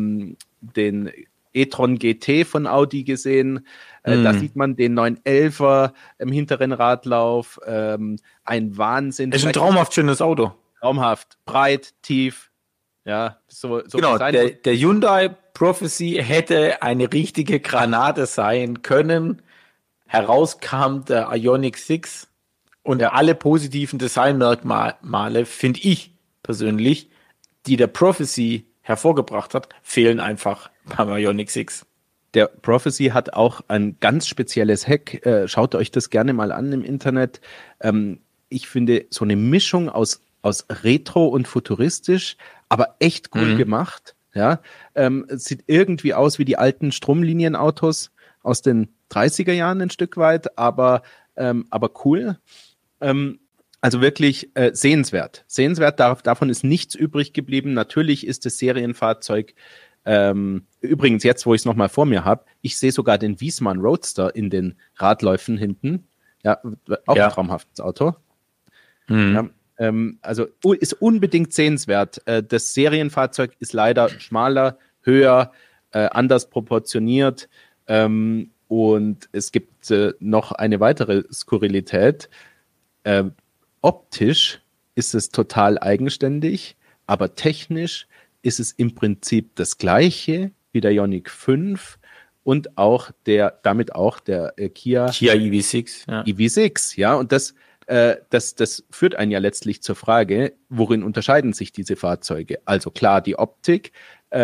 Speaker 1: e-tron GT von Audi gesehen. Da sieht man den 911er im hinteren Radlauf. Ein Wahnsinn.
Speaker 2: Das ist ein traumhaft schönes Auto.
Speaker 1: Traumhaft. Breit, tief. Ja, so
Speaker 2: genau, der Hyundai Prophecy hätte eine richtige Granate sein können. Herauskam der Ioniq 6 und alle positiven Designmerkmale, finde ich persönlich, die der Prophecy hervorgebracht hat, fehlen einfach beim Ioniq 6.
Speaker 1: Der Prophecy hat auch ein ganz spezielles Heck. Schaut euch das gerne mal an im Internet. Ich finde so eine Mischung aus Retro und futuristisch, aber echt cool gemacht. Ja, es sieht irgendwie aus wie die alten Stromlinienautos aus den 30er Jahren ein Stück weit, aber cool. Also wirklich sehenswert. Sehenswert, davon ist nichts übrig geblieben. Natürlich ist das Serienfahrzeug übrigens, jetzt, wo ich es nochmal vor mir habe, ich sehe sogar den Wiesmann Roadster in den Radläufen hinten. Ja, auch ein traumhaftes Auto. Ja, also ist unbedingt sehenswert. Das Serienfahrzeug ist leider schmaler, höher anders proportioniert. Und es gibt noch eine weitere Skurrilität. Optisch ist es total eigenständig, aber technisch ist es im Prinzip das Gleiche wie der Ioniq 5 und auch damit auch der Kia
Speaker 2: EV6. Ja.
Speaker 1: EV6, ja, und das führt einen ja letztlich zur Frage, worin unterscheiden sich diese Fahrzeuge? Also klar, die Optik,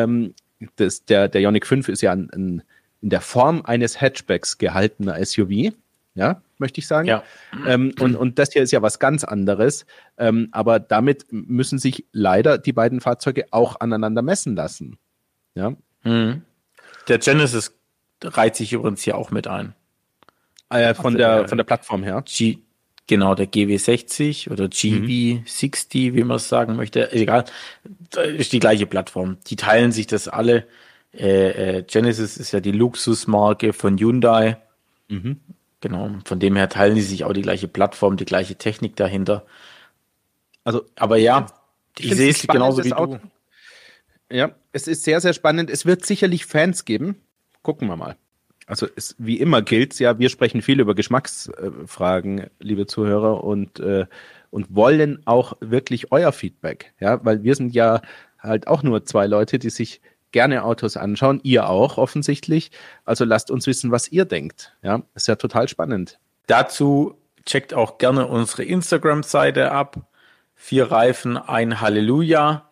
Speaker 1: der Ioniq 5 ist ja in der Form eines Hatchbacks gehaltener SUV, ja, möchte ich sagen.
Speaker 2: Ja.
Speaker 1: Und das hier ist ja was ganz anderes, aber damit müssen sich leider die beiden Fahrzeuge auch aneinander messen lassen. Ja.
Speaker 2: Der Genesis reiht sich übrigens hier auch mit ein.
Speaker 1: Von der Plattform her.
Speaker 2: Genau, der GW60 oder GV60, wie man es sagen möchte. Egal, ist die gleiche Plattform. Die teilen sich das alle. Genesis ist ja die Luxusmarke von Hyundai. Genau, von dem her teilen die sich auch die gleiche Plattform, die gleiche Technik dahinter.
Speaker 1: Also,
Speaker 2: aber ja, ich sehe es genauso wie du.
Speaker 1: Ja, es ist sehr, sehr spannend. Es wird sicherlich Fans geben. Gucken wir mal. Also wie immer gilt ja, wir sprechen viel über Geschmacksfragen, liebe Zuhörer, und wollen auch wirklich euer Feedback, ja, weil wir sind ja halt auch nur zwei Leute, die sich gerne Autos anschauen, ihr auch offensichtlich, also lasst uns wissen, was ihr denkt, ja, ist ja total spannend.
Speaker 2: Dazu checkt auch gerne unsere Instagram-Seite ab, 4 Reifen, ein Halleluja,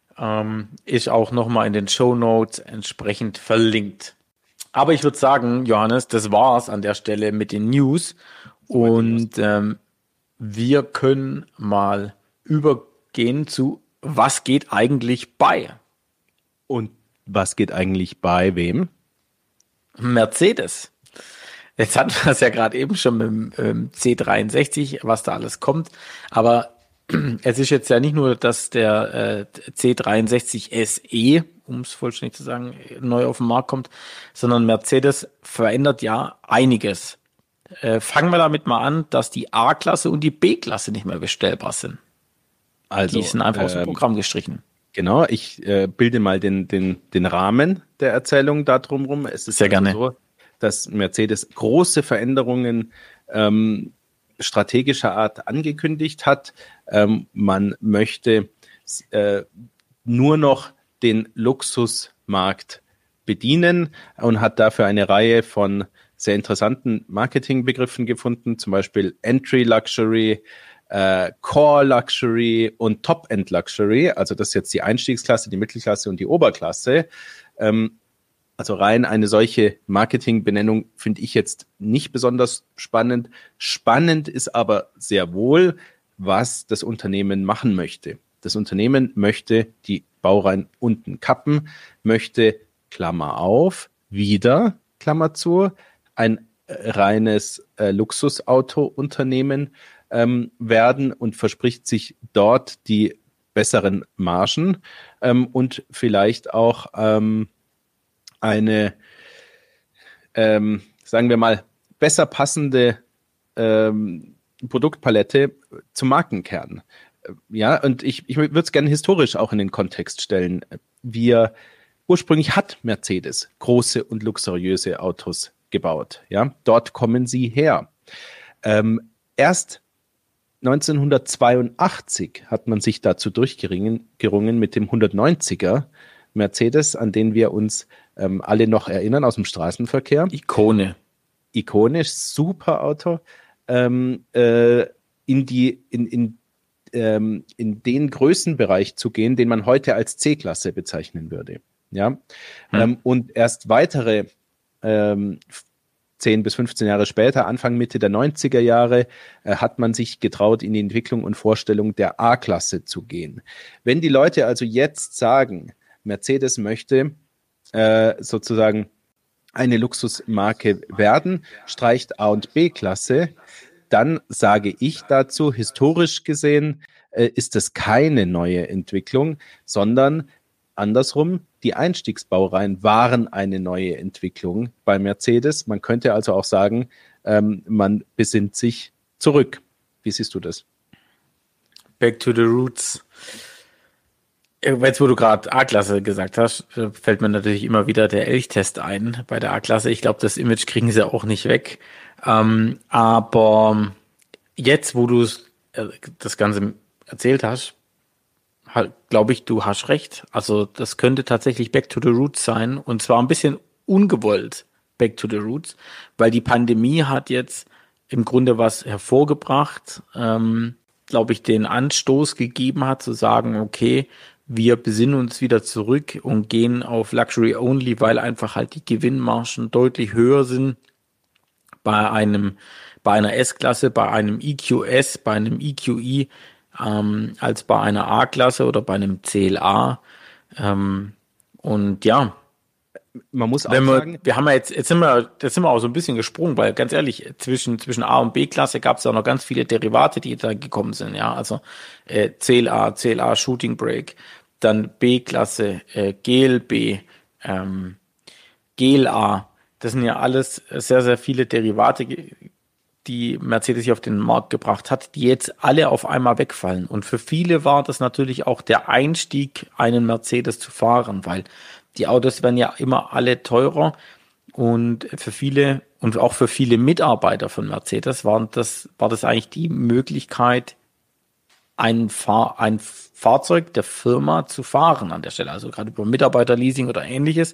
Speaker 2: ist auch nochmal in den Shownotes entsprechend verlinkt. Aber ich würde sagen, Johannes, das war's an der Stelle mit den News. Und wir können mal übergehen zu, was geht eigentlich bei?
Speaker 1: Und was geht eigentlich bei wem?
Speaker 2: Mercedes. Jetzt hatten wir es ja gerade eben schon mit dem C63, was da alles kommt. Aber es ist jetzt ja nicht nur, dass der C63 SE, um es vollständig zu sagen, neu auf den Markt kommt, sondern Mercedes verändert ja einiges. Fangen wir damit mal an, dass die A-Klasse und die B-Klasse nicht mehr bestellbar sind.
Speaker 1: Also,
Speaker 2: die sind einfach aus dem Programm gestrichen.
Speaker 1: Genau, ich bilde mal den Rahmen der Erzählung da drumherum. Es ist
Speaker 2: sehr gerne
Speaker 1: so, dass Mercedes große Veränderungen strategischer Art angekündigt hat. Man möchte nur noch den Luxusmarkt bedienen und hat dafür eine Reihe von sehr interessanten Marketingbegriffen gefunden, zum Beispiel Entry Luxury, Core Luxury und Top-End Luxury. Also das ist jetzt die Einstiegsklasse, die Mittelklasse und die Oberklasse. Also rein eine solche Marketingbenennung finde ich jetzt nicht besonders spannend. Spannend ist aber sehr wohl, was das Unternehmen machen möchte. Das Unternehmen möchte die Baureihen unten kappen, möchte, Klammer auf, wieder, Klammer zu, ein reines Luxusauto-Unternehmen werden und verspricht sich dort die besseren Margen und vielleicht auch eine, sagen wir mal, besser passende Produktpalette zum Markenkern. Ja, und ich würde es gerne historisch auch in den Kontext stellen. Ursprünglich hat Mercedes große und luxuriöse Autos gebaut. Ja, dort kommen sie her. Erst 1982 hat man sich dazu durchgerungen mit dem 190er Mercedes, an den wir uns alle noch erinnern aus dem Straßenverkehr. Ikonisch, super Auto. In den Größenbereich zu gehen, den man heute als C-Klasse bezeichnen würde. Ja? Und erst weitere 10 bis 15 Jahre später, Anfang, Mitte der 90er Jahre, hat man sich getraut, in die Entwicklung und Vorstellung der A-Klasse zu gehen. Wenn die Leute also jetzt sagen, Mercedes möchte sozusagen eine Luxusmarke werden, streicht A- und B-Klasse, dann sage ich dazu, historisch gesehen ist es keine neue Entwicklung, sondern andersrum, die Einstiegsbaureihen waren eine neue Entwicklung bei Mercedes. Man könnte also auch sagen, man besinnt sich zurück. Wie siehst du das?
Speaker 2: Back to the roots. Jetzt, wo du gerade A-Klasse gesagt hast, fällt mir natürlich immer wieder der Elchtest ein bei der A-Klasse. Ich glaube, das Image kriegen sie auch nicht weg. Aber jetzt, wo du das Ganze erzählt hast, glaube ich, du hast recht. Also das könnte tatsächlich Back to the Roots sein und zwar ein bisschen ungewollt Back to the Roots, weil die Pandemie hat jetzt im Grunde was hervorgebracht, glaube ich, den Anstoß gegeben hat, zu sagen, okay, wir besinnen uns wieder zurück und gehen auf Luxury Only, weil einfach halt die Gewinnmargen deutlich höher sind bei einer S-Klasse, bei einem EQS, bei einem EQE, als bei einer A-Klasse oder bei einem CLA. Und ja,
Speaker 1: Man muss auch
Speaker 2: sagen, wir haben ja jetzt sind wir auch so ein bisschen gesprungen, weil ganz ehrlich, zwischen A und B-Klasse gab es ja noch ganz viele Derivate, die da gekommen sind, ja, also CLA Shooting Brake, dann B-Klasse, GLB, GLA, das sind ja alles sehr, sehr viele Derivate, die Mercedes hier auf den Markt gebracht hat, die jetzt alle auf einmal wegfallen. Und für viele war das natürlich auch der Einstieg, einen Mercedes zu fahren, weil die Autos werden ja immer alle teurer und für viele und auch für viele Mitarbeiter von Mercedes war das eigentlich die Möglichkeit, ein Fahrzeug der Firma zu fahren an der Stelle, also gerade über Mitarbeiterleasing oder ähnliches,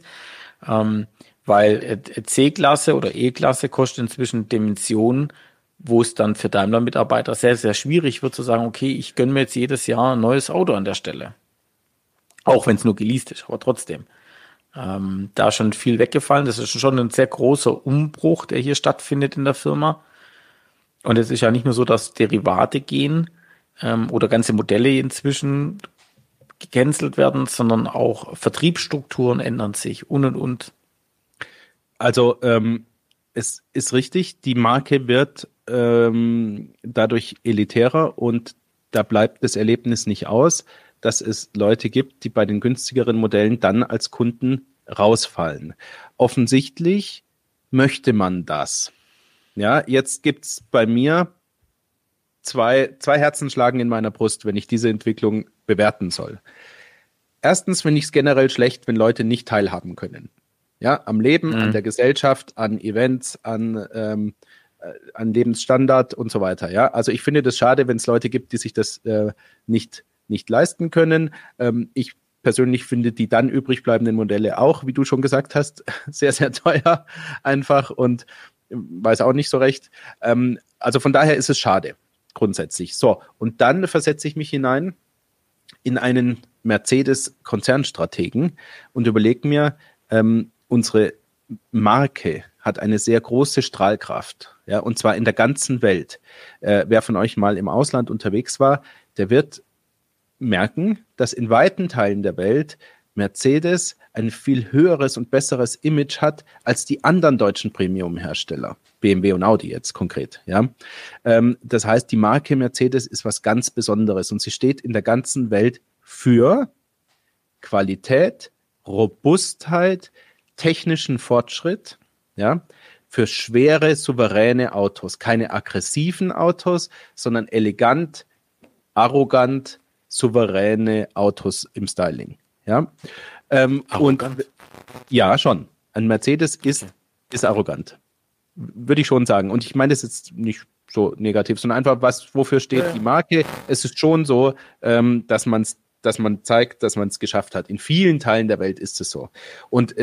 Speaker 2: weil C-Klasse oder E-Klasse kostet inzwischen Dimensionen, wo es dann für Daimler-Mitarbeiter sehr, sehr schwierig wird zu sagen, okay, ich gönne mir jetzt jedes Jahr ein neues Auto an der Stelle. Auch wenn es nur geleast ist, aber trotzdem. Da ist schon viel weggefallen. Das ist schon ein sehr großer Umbruch, der hier stattfindet in der Firma. Und es ist ja nicht nur so, dass Derivate gehen oder ganze Modelle inzwischen gecancelt werden, sondern auch Vertriebsstrukturen ändern sich und.
Speaker 1: Also es ist richtig, die Marke wird dadurch elitärer und da bleibt das Erlebnis nicht aus, dass es Leute gibt, die bei den günstigeren Modellen dann als Kunden rausfallen. Offensichtlich möchte man das. Ja, jetzt gibt's bei mir zwei Herzen schlagen in meiner Brust, wenn ich diese Entwicklung bewerten soll. Erstens finde ich es generell schlecht, wenn Leute nicht teilhaben können. Ja, am Leben, an der Gesellschaft, an Events, an Lebensstandard und so weiter. Ja, also ich finde das schade, wenn es Leute gibt, die sich das nicht leisten können. Ich persönlich finde die dann übrig bleibenden Modelle auch, wie du schon gesagt hast, sehr, sehr teuer einfach und weiß auch nicht so recht. Also von daher ist es schade, grundsätzlich. So, und dann versetze ich mich hinein in einen Mercedes-Konzernstrategen und überlege mir, unsere Marke hat eine sehr große Strahlkraft, ja, und zwar in der ganzen Welt. Wer von euch mal im Ausland unterwegs war, der wird merken, dass in weiten Teilen der Welt Mercedes ein viel höheres und besseres Image hat als die anderen deutschen Premium-Hersteller, BMW und Audi jetzt konkret. Ja? Das heißt, die Marke Mercedes ist was ganz Besonderes und sie steht in der ganzen Welt für Qualität, Robustheit, technischen Fortschritt, ja, für schwere, souveräne Autos. Keine aggressiven Autos, sondern elegant, arrogant, souveräne Autos im Styling. Ja, und ja, schon. Ein Mercedes ist arrogant. Würde ich schon sagen. Und ich meine das jetzt nicht so negativ, sondern einfach, wofür steht die Marke. Es ist schon so, dass man zeigt, dass man es geschafft hat. In vielen Teilen der Welt ist es so. Und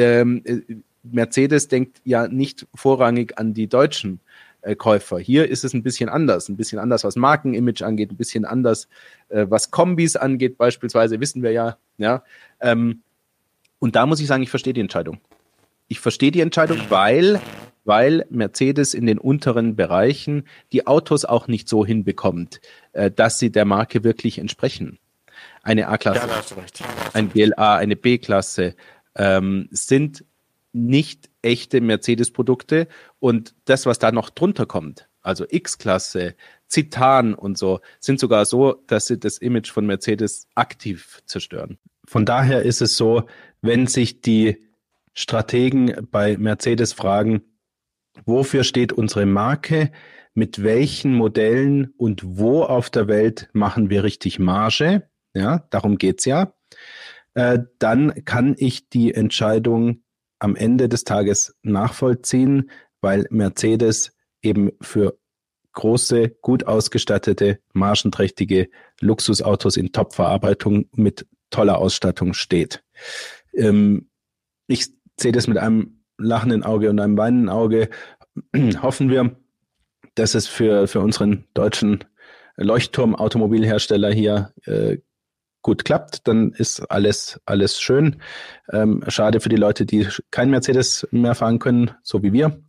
Speaker 1: Mercedes denkt ja nicht vorrangig an die deutschen Käufer. Hier ist es ein bisschen anders, was Markenimage angeht, ein bisschen anders, was Kombis angeht beispielsweise, wissen wir ja. Und da muss ich sagen, ich verstehe die Entscheidung. Ich verstehe die Entscheidung, weil Mercedes in den unteren Bereichen die Autos auch nicht so hinbekommt, dass sie der Marke wirklich entsprechen. Eine A-Klasse, ein GLA, eine B-Klasse sind nicht echte Mercedes-Produkte und das, was da noch drunter kommt, also X-Klasse, Citan und so, sind sogar so, dass sie das Image von Mercedes aktiv zerstören. Von daher ist es so, wenn sich die Strategen bei Mercedes fragen, wofür steht unsere Marke, mit welchen Modellen und wo auf der Welt machen wir richtig Marge, ja, darum geht's ja, dann kann ich die Entscheidung am Ende des Tages nachvollziehen, weil Mercedes eben für große, gut ausgestattete, margenträchtige Luxusautos in Top-Verarbeitung mit toller Ausstattung steht. Ich sehe das mit einem lachenden Auge und einem weinenden Auge. Hoffen wir, dass es für unseren deutschen Leuchtturm-Automobilhersteller hier gut klappt, dann ist alles schön. Schade für die Leute, die kein Mercedes mehr fahren können, so wie wir.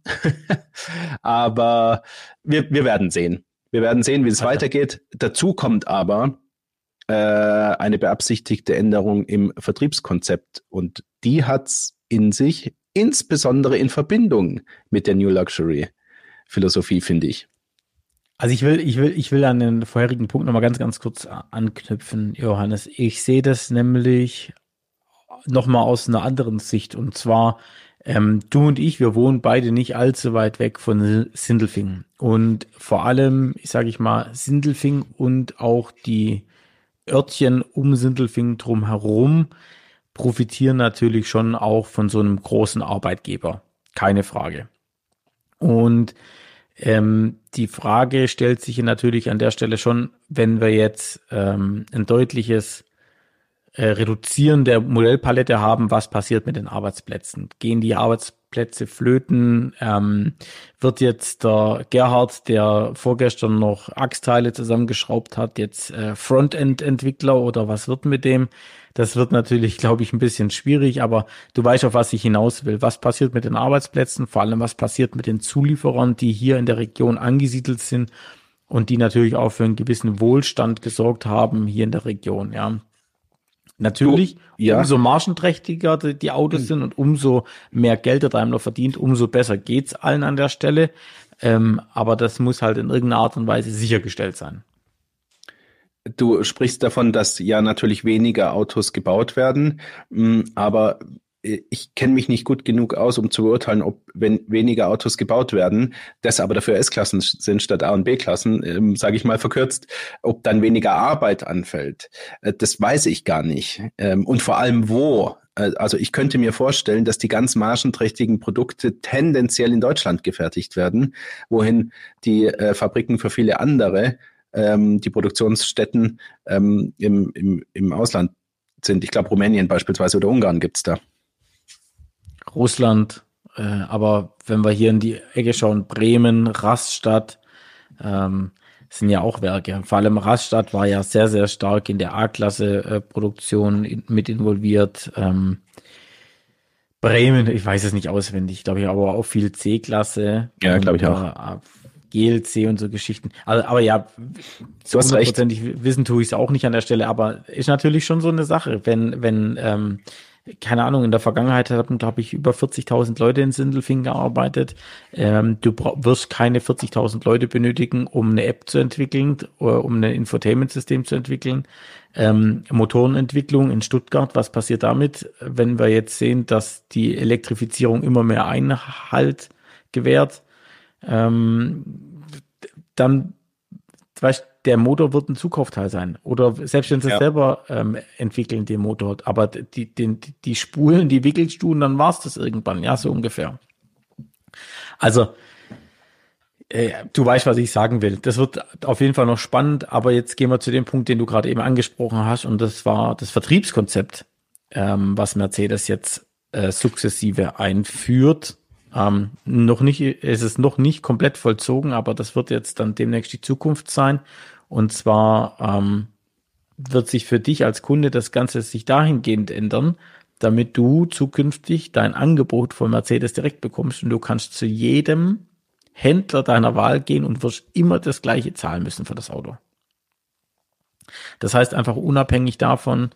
Speaker 1: Aber wir werden sehen. Wir werden sehen, wie es weitergeht. Dazu kommt aber eine beabsichtigte Änderung im Vertriebskonzept. Und die hat's in sich, insbesondere in Verbindung mit der New Luxury Philosophie, finde ich.
Speaker 2: Also ich will an den vorherigen Punkt nochmal ganz kurz anknüpfen, Johannes. Ich sehe das nämlich nochmal aus einer anderen Sicht. Und zwar, du und ich, wir wohnen beide nicht allzu weit weg von Sindelfingen. Und vor allem, sage ich mal, Sindelfingen und auch die Örtchen um Sindelfingen drumherum profitieren natürlich schon auch von so einem großen Arbeitgeber. Keine Frage. Und die Frage stellt sich natürlich an der Stelle schon, wenn wir jetzt ein deutliches Reduzieren der Modellpalette haben, was passiert mit den Arbeitsplätzen? Gehen die Arbeitsplätze flöten? Wird jetzt der Gerhard, der vorgestern noch Achsteile zusammengeschraubt hat, jetzt Frontend-Entwickler oder was wird mit dem? Das wird natürlich, glaube ich, ein bisschen schwierig, aber du weißt, auf was ich hinaus will. Was passiert mit den Arbeitsplätzen? Vor allem, was passiert mit den Zulieferern, die hier in der Region angesiedelt sind und die natürlich auch für einen gewissen Wohlstand gesorgt haben hier in der Region, ja. Natürlich, umso margenträchtiger die Autos sind und umso mehr Geld der Daimler verdient, umso besser geht's allen an der Stelle. Aber das muss halt in irgendeiner Art und Weise sichergestellt sein.
Speaker 1: Du sprichst davon, dass ja natürlich weniger Autos gebaut werden, aber ich kenne mich nicht gut genug aus, um zu beurteilen, ob, wenn weniger Autos gebaut werden, das aber dafür S-Klassen sind statt A- und B-Klassen, sage ich mal verkürzt, ob dann weniger Arbeit anfällt. Das weiß ich gar nicht. Und vor allem wo. Also ich könnte mir vorstellen, dass die ganz margenträchtigen Produkte tendenziell in Deutschland gefertigt werden, wohin die Fabriken für viele andere, die Produktionsstätten im Ausland sind. Ich glaube, Rumänien beispielsweise oder Ungarn gibt's da.
Speaker 2: Russland, aber wenn wir hier in die Ecke schauen, Bremen, Rastatt, sind ja auch Werke. Vor allem Rastatt war ja sehr, sehr stark in der A-Klasse Produktion mit involviert. Bremen, ich weiß es nicht auswendig, glaube ich, aber auch viel C-Klasse.
Speaker 1: Ja, glaube ich auch.
Speaker 2: GLC und so Geschichten. Also, aber ja, so hundertprozentig wissen tue ich es auch nicht an der Stelle, aber ist natürlich schon so eine Sache, wenn keine Ahnung, in der Vergangenheit haben, glaube ich, über 40.000 Leute in Sindelfingen gearbeitet. Du wirst keine 40.000 Leute benötigen, um eine App zu entwickeln, oder um ein Infotainment-System zu entwickeln. Motorenentwicklung in Stuttgart, was passiert damit, wenn wir jetzt sehen, dass die Elektrifizierung immer mehr Einhalt gewährt? Dann, weißt, der Motor wird ein Zukaufteil sein. Oder selbst wenn sie selber entwickeln, den Motor. Aber die Spulen, die wickelst du und dann war's das irgendwann. Ja, so ungefähr. Also, du weißt, was ich sagen will. Das wird auf jeden Fall noch spannend. Aber jetzt gehen wir zu dem Punkt, den du gerade eben angesprochen hast. Und das war das Vertriebskonzept, was Mercedes jetzt sukzessive einführt. Es ist noch nicht komplett vollzogen, aber das wird jetzt dann demnächst die Zukunft sein. Und zwar wird sich für dich als Kunde das Ganze sich dahingehend ändern, damit du zukünftig dein Angebot von Mercedes direkt bekommst und du kannst zu jedem Händler deiner Wahl gehen und wirst immer das Gleiche zahlen müssen für das Auto. Das heißt einfach unabhängig davon,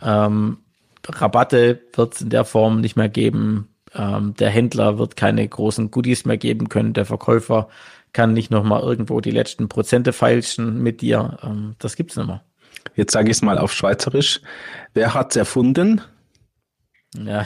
Speaker 2: Rabatte wird es in der Form nicht mehr geben. Der Händler wird keine großen Goodies mehr geben können. Der Verkäufer kann nicht nochmal irgendwo die letzten Prozente feilschen mit dir. Das gibt's nicht mehr.
Speaker 1: Jetzt sage ich es mal auf Schweizerisch. Wer hat's erfunden?
Speaker 2: Ja,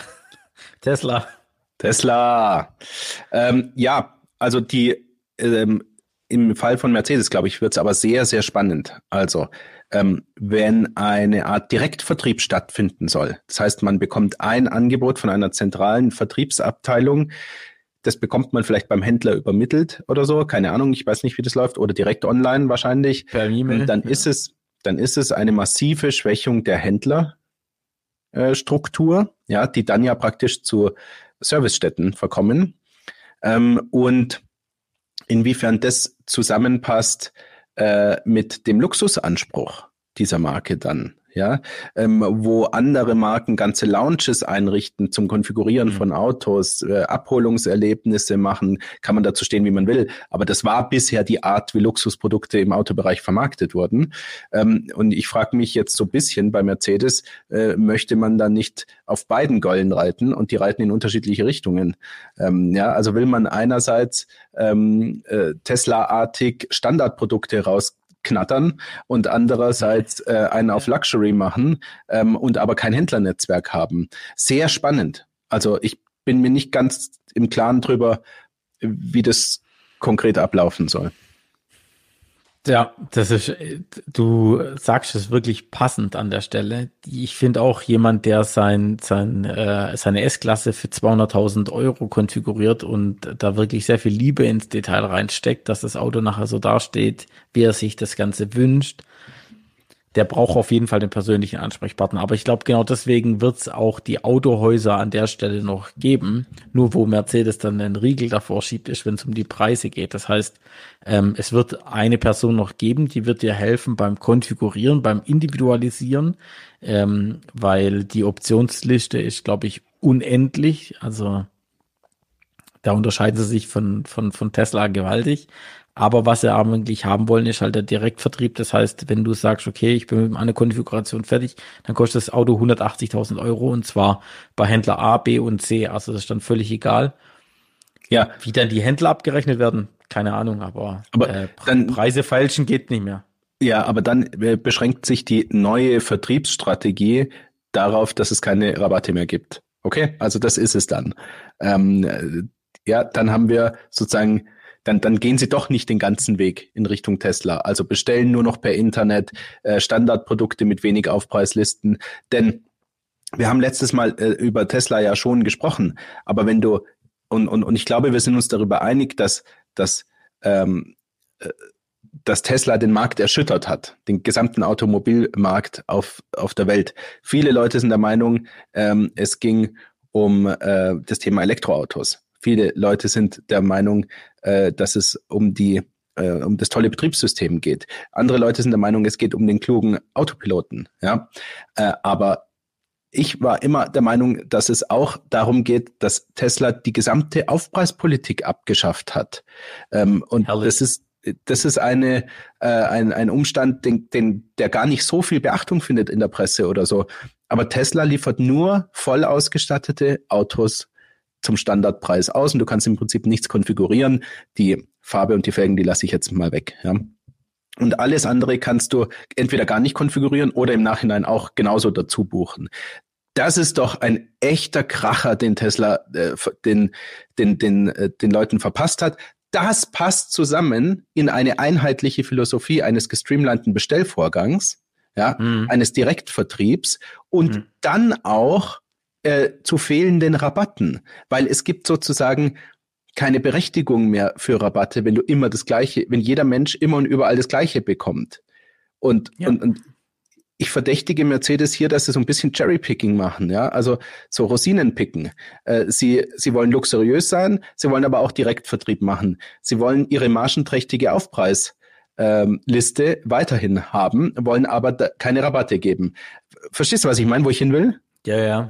Speaker 2: Tesla.
Speaker 1: Tesla. Ja, also die im Fall von Mercedes, glaube ich, wird es aber sehr, sehr spannend. Also, wenn eine Art Direktvertrieb stattfinden soll, das heißt, man bekommt ein Angebot von einer zentralen Vertriebsabteilung, das bekommt man vielleicht beim Händler übermittelt oder so, keine Ahnung, ich weiß nicht, wie das läuft, oder direkt online wahrscheinlich.
Speaker 2: Per E-Mail.
Speaker 1: Dann ist es eine massive Schwächung der Händlerstruktur, ja, die dann ja praktisch zu Servicestätten verkommen. Und inwiefern das zusammenpasst mit dem Luxusanspruch dieser Marke dann, ja, wo andere Marken ganze Lounges einrichten zum Konfigurieren von Autos, Abholungserlebnisse machen, kann man dazu stehen, wie man will. Aber das war bisher die Art, wie Luxusprodukte im Autobereich vermarktet wurden. Und ich frage mich jetzt so ein bisschen bei Mercedes, möchte man da nicht auf beiden Gäulen reiten und die reiten in unterschiedliche Richtungen? Ja, also will man einerseits Tesla-artig Standardprodukte rausknattern und andererseits einen auf Luxury machen und aber kein Händlernetzwerk haben. Sehr spannend. Also ich bin mir nicht ganz im Klaren drüber, wie das konkret ablaufen soll.
Speaker 2: Ja, du sagst es wirklich passend an der Stelle. Ich finde auch jemand, der seine S-Klasse für 200.000 Euro konfiguriert und da wirklich sehr viel Liebe ins Detail reinsteckt, dass das Auto nachher so dasteht, wie er sich das Ganze wünscht, der braucht auf jeden Fall den persönlichen Ansprechpartner. Aber ich glaube, genau deswegen wird es auch die Autohäuser an der Stelle noch geben. Nur wo Mercedes dann einen Riegel davor schiebt, ist, wenn es um die Preise geht. Das heißt, es wird eine Person noch geben, die wird dir helfen beim Konfigurieren, beim Individualisieren, weil die Optionsliste ist, glaube ich, unendlich. Also da unterscheiden sie sich von Tesla gewaltig. Aber was sie eigentlich haben wollen, ist halt der Direktvertrieb. Das heißt, wenn du sagst, okay, ich bin mit einer Konfiguration fertig, dann kostet das Auto 180.000 Euro und zwar bei Händler A, B und C. Also das ist dann völlig egal. Ja, wie dann die Händler abgerechnet werden, keine Ahnung, aber dann, Preise feilschen geht nicht mehr.
Speaker 1: Ja, aber dann beschränkt sich die neue Vertriebsstrategie darauf, dass es keine Rabatte mehr gibt. Okay, also das ist es dann. Ja, dann haben wir sozusagen dann gehen sie doch nicht den ganzen Weg in Richtung Tesla. Also bestellen nur noch per Internet Standardprodukte mit wenig Aufpreislisten. Denn wir haben letztes Mal über Tesla ja schon gesprochen. Aber wenn du, und ich glaube, wir sind uns darüber einig, dass Tesla den Markt erschüttert hat, den gesamten Automobilmarkt auf der Welt. Viele Leute sind der Meinung, es ging um das Thema Elektroautos. Viele Leute sind der Meinung, dass es um das tolle Betriebssystem geht. Andere Leute sind der Meinung, es geht um den klugen Autopiloten. Ja, aber ich war immer der Meinung, dass es auch darum geht, dass Tesla die gesamte Aufpreispolitik abgeschafft hat. Und herrlich. Das ist ein Umstand, der gar nicht so viel Beachtung findet in der Presse oder so. Aber Tesla liefert nur voll ausgestattete Autos zum Standardpreis aus und du kannst im Prinzip nichts konfigurieren. Die Farbe und die Felgen, die lasse ich jetzt mal weg. Ja. Und alles andere kannst du entweder gar nicht konfigurieren oder im Nachhinein auch genauso dazu buchen. Das ist doch ein echter Kracher, den Tesla den Leuten verpasst hat. Das passt zusammen in eine einheitliche Philosophie eines gestreamlinten Bestellvorgangs, ja, eines Direktvertriebs und dann auch zu fehlenden Rabatten, weil es gibt sozusagen keine Berechtigung mehr für Rabatte, wenn du immer das Gleiche, wenn jeder Mensch immer und überall das Gleiche bekommt. Und ich verdächtige Mercedes hier, dass sie so ein bisschen Cherrypicking machen, ja, also so Rosinen picken. Sie wollen luxuriös sein, sie wollen aber auch Direktvertrieb machen. Sie wollen ihre margenträchtige Aufpreisliste weiterhin haben, wollen aber keine Rabatte geben. Verstehst du, was ich meine, wo ich hin will?
Speaker 2: Ja.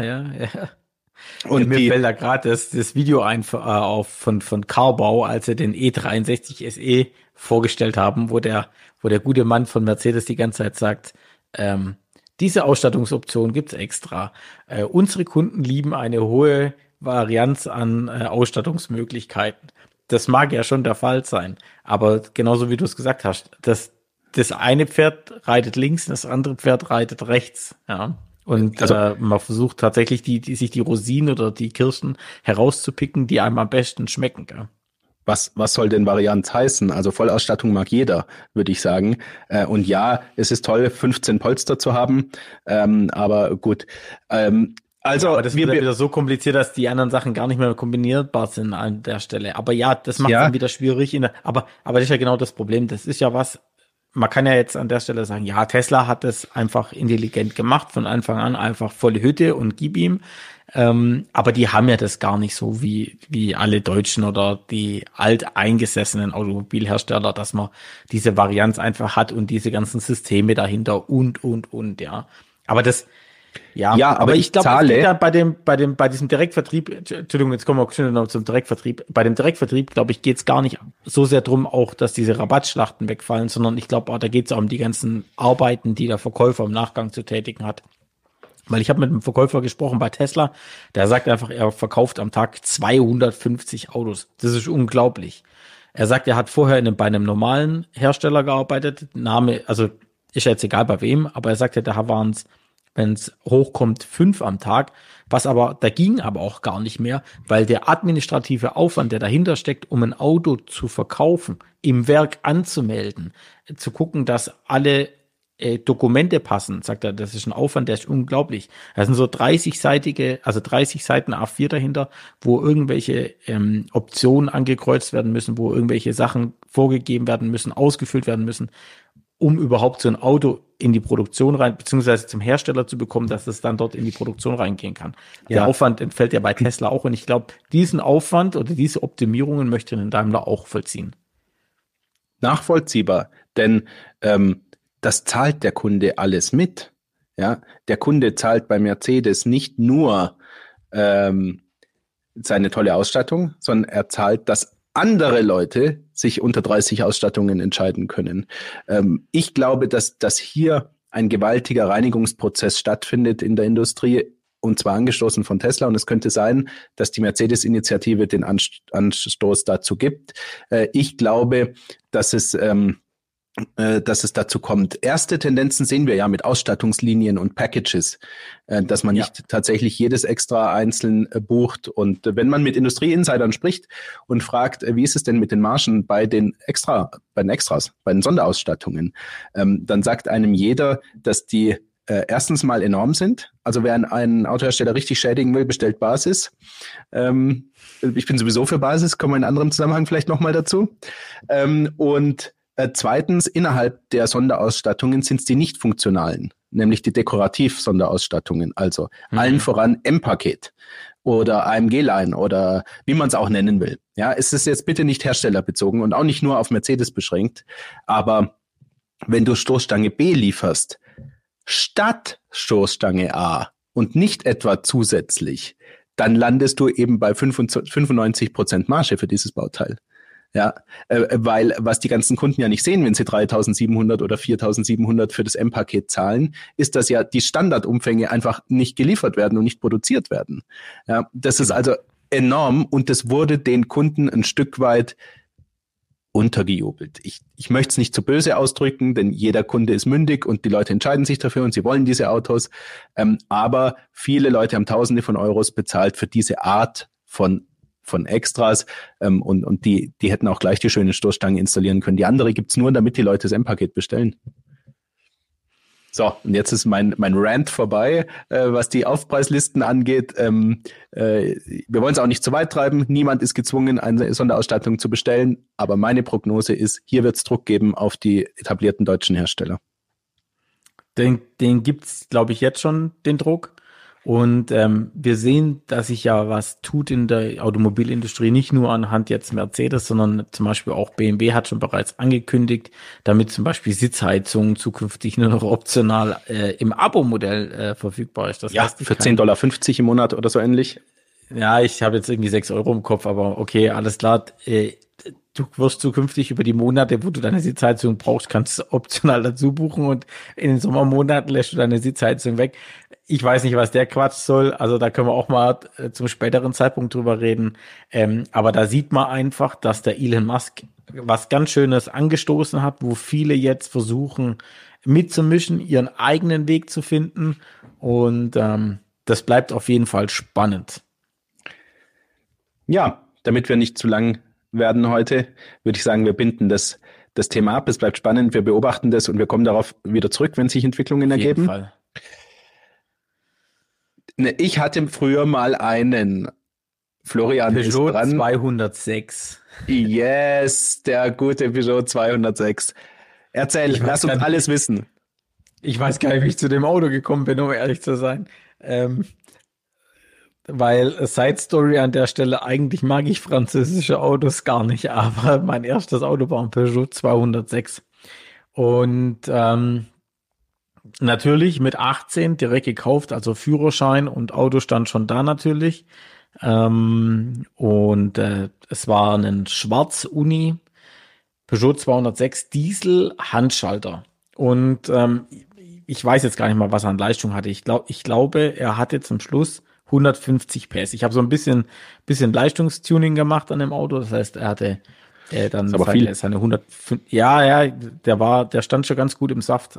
Speaker 2: Und mir fällt da gerade das Video ein von Carbau, als sie den E63 SE vorgestellt haben, wo der gute Mann von Mercedes die ganze Zeit sagt, diese Ausstattungsoption gibt's extra. Unsere Kunden lieben eine hohe Varianz an Ausstattungsmöglichkeiten. Das mag ja schon der Fall sein, aber genauso wie du es gesagt hast, das eine Pferd reitet links, das andere Pferd reitet rechts, ja. Und man versucht tatsächlich sich die Rosinen oder die Kirschen herauszupicken, die einem am besten schmecken. Gell?
Speaker 1: Was soll denn Varianz heißen? Also Vollausstattung mag jeder, würde ich sagen. Und ja, es ist toll, 15 Polster zu haben, aber gut. Also
Speaker 2: aber das wird dann wieder so kompliziert, dass die anderen Sachen gar nicht mehr kombinierbar sind an der Stelle. Aber ja, das macht es dann wieder schwierig. Aber das ist ja genau das Problem. Das ist ja was, man kann ja jetzt an der Stelle sagen, ja, Tesla hat es einfach intelligent gemacht, von Anfang an einfach volle Hütte und gib ihm. Aber die haben ja das gar nicht so wie alle Deutschen oder die alteingesessenen Automobilhersteller, dass man diese Varianz einfach hat und diese ganzen Systeme dahinter und, ja. Aber das, ja, aber ich glaube, es geht ja bei diesem Direktvertrieb, Entschuldigung, jetzt kommen wir schnell noch zum Direktvertrieb. Bei dem Direktvertrieb, glaube ich, geht es gar nicht so sehr drum, auch, dass diese Rabattschlachten wegfallen, sondern ich glaube, da geht es auch um die ganzen Arbeiten, die der Verkäufer im Nachgang zu tätigen hat. Weil ich habe mit einem Verkäufer gesprochen bei Tesla, der sagt einfach, er verkauft am Tag 250 Autos. Das ist unglaublich. Er sagt, er hat vorher bei einem normalen Hersteller gearbeitet, also ist jetzt egal bei wem, aber er sagte, da waren es, wenn es hochkommt, 5 am Tag, da ging aber auch gar nicht mehr, weil der administrative Aufwand, der dahinter steckt, um ein Auto zu verkaufen, im Werk anzumelden, zu gucken, dass alle Dokumente passen, sagt er, das ist ein Aufwand, der ist unglaublich. Da sind so 30 Seiten A4 dahinter, wo irgendwelche Optionen angekreuzt werden müssen, wo irgendwelche Sachen vorgegeben werden müssen, ausgefüllt werden müssen, um überhaupt so ein Auto in die Produktion rein, beziehungsweise zum Hersteller zu bekommen, dass es dann dort in die Produktion reingehen kann. Ja. Der Aufwand entfällt ja bei Tesla auch und ich glaube, diesen Aufwand oder diese Optimierungen möchte ein Daimler auch vollziehen.
Speaker 1: Nachvollziehbar, denn das zahlt der Kunde alles mit. Ja, der Kunde zahlt bei Mercedes nicht nur seine tolle Ausstattung, sondern er zahlt, dass andere Leute sich unter 30 Ausstattungen entscheiden können. Ich glaube, dass hier ein gewaltiger Reinigungsprozess stattfindet in der Industrie, und zwar angestoßen von Tesla. Und es könnte sein, dass die Mercedes-Initiative den Anstoß dazu gibt. Ich glaube, dass es dazu kommt. Erste Tendenzen sehen wir ja mit Ausstattungslinien und Packages, dass man nicht tatsächlich jedes extra einzeln bucht. Und wenn man mit Industrieinsidern spricht und fragt, wie ist es denn mit den Margen bei den Extras, bei den Sonderausstattungen, dann sagt einem jeder, dass die erstens mal enorm sind. Also wer einen Autohersteller richtig schädigen will, bestellt Basis. Ich bin sowieso für Basis, kommen wir in anderem Zusammenhang vielleicht nochmal dazu. Und zweitens, innerhalb der Sonderausstattungen sind es die nicht funktionalen, nämlich die Dekorativ-Sonderausstattungen, also allen voran M-Paket oder AMG-Line oder wie man es auch nennen will. Ja, es ist jetzt bitte nicht herstellerbezogen und auch nicht nur auf Mercedes beschränkt, aber wenn du Stoßstange B lieferst, statt Stoßstange A und nicht etwa zusätzlich, dann landest du eben bei 95% Marge für dieses Bauteil. Ja, weil was die ganzen Kunden ja nicht sehen, wenn sie 3.700 oder 4.700 für das M-Paket zahlen, ist, dass ja die Standardumfänge einfach nicht geliefert werden und nicht produziert werden. Ja, das ist also enorm und das wurde den Kunden ein Stück weit untergejubelt. Ich möchte es nicht zu böse ausdrücken, denn jeder Kunde ist mündig und die Leute entscheiden sich dafür und sie wollen diese Autos. Aber viele Leute haben Tausende von Euros bezahlt für diese Art von Extras und die hätten auch gleich die schöne Stoßstange installieren können. Die andere gibt's nur, damit die Leute das M-Paket bestellen. So, und jetzt ist mein Rant vorbei, was die Aufpreislisten angeht. Wir wollen es auch nicht zu weit treiben. Niemand ist gezwungen, eine Sonderausstattung zu bestellen. Aber meine Prognose ist, hier wird es Druck geben auf die etablierten deutschen Hersteller.
Speaker 2: Den gibt's, glaube ich, jetzt schon, den Druck. Und wir sehen, dass sich ja was tut in der Automobilindustrie, nicht nur anhand jetzt Mercedes, sondern zum Beispiel auch BMW hat schon bereits angekündigt, damit zum Beispiel Sitzheizung zukünftig nur noch optional im Abo-Modell verfügbar ist. Das heißt,
Speaker 1: für $10,50 im Monat oder so ähnlich.
Speaker 2: Ja, ich habe jetzt irgendwie 6 Euro im Kopf, aber okay, alles klar. Du wirst zukünftig über die Monate, wo du deine Sitzheizung brauchst, kannst du optional dazu buchen und in den Sommermonaten lässt du deine Sitzheizung weg. Ich weiß nicht, was der Quatsch soll. Also da können wir auch mal zum späteren Zeitpunkt drüber reden. Aber da sieht man einfach, dass der Elon Musk was ganz Schönes angestoßen hat, wo viele jetzt versuchen mitzumischen, ihren eigenen Weg zu finden. Und das bleibt auf jeden Fall spannend.
Speaker 1: Ja, damit wir nicht zu lang werden heute, würde ich sagen, wir binden das Thema ab. Es bleibt spannend, wir beobachten das und wir kommen darauf wieder zurück, wenn sich Entwicklungen ergeben.
Speaker 2: Auf jeden Fall.
Speaker 1: Ich hatte früher mal einen. Florian
Speaker 2: Peugeot
Speaker 1: ist dran.
Speaker 2: 206.
Speaker 1: Yes, der gute Peugeot 206. Erzähl, lass uns alles wissen.
Speaker 2: Ich weiß gar nicht, wie ich zu dem Auto gekommen bin, um ehrlich zu sein. Weil Side Story an der Stelle, eigentlich mag ich französische Autos gar nicht, aber mein erstes Auto war ein Peugeot 206. Und natürlich mit 18 direkt gekauft, also Führerschein und Auto stand schon da natürlich. Es war ein Schwarz-Uni Peugeot 206 Diesel Handschalter. Und ich weiß jetzt gar nicht mal, was er an Leistung hatte. Ich glaube, er hatte zum Schluss 150 PS. Ich habe so ein bisschen Leistungstuning gemacht an dem Auto. Das heißt, er hatte dann seine 105. Ja, der stand schon ganz gut im Saft.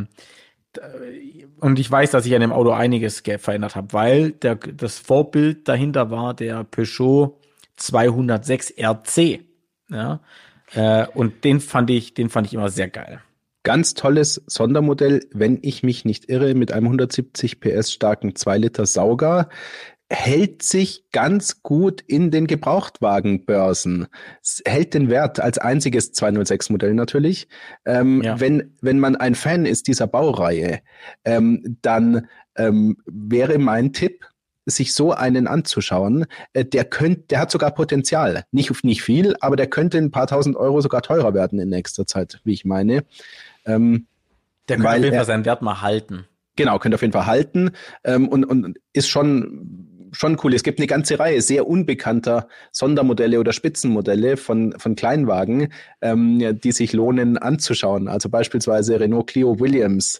Speaker 2: Und ich weiß, dass ich an dem Auto einiges verändert habe, weil das Vorbild dahinter war der Peugeot 206 RC. Ja, und den fand ich immer sehr geil.
Speaker 1: Ganz tolles Sondermodell, wenn ich mich nicht irre, mit einem 170 PS starken 2 Liter Sauger. Hält sich ganz gut in den Gebrauchtwagenbörsen. Hält den Wert als einziges 206-Modell natürlich. Wenn man ein Fan ist dieser Baureihe, dann wäre mein Tipp, sich so einen anzuschauen. Der hat sogar Potenzial. Nicht viel, aber der könnte ein paar tausend Euro sogar teurer werden in nächster Zeit, wie ich meine.
Speaker 2: Der könnte auf jeden Fall seinen Wert mal halten.
Speaker 1: Genau, könnte auf jeden Fall halten und ist schon cool. Es gibt eine ganze Reihe sehr unbekannter Sondermodelle oder Spitzenmodelle von Kleinwagen, die sich lohnen anzuschauen. Also beispielsweise Renault Clio Williams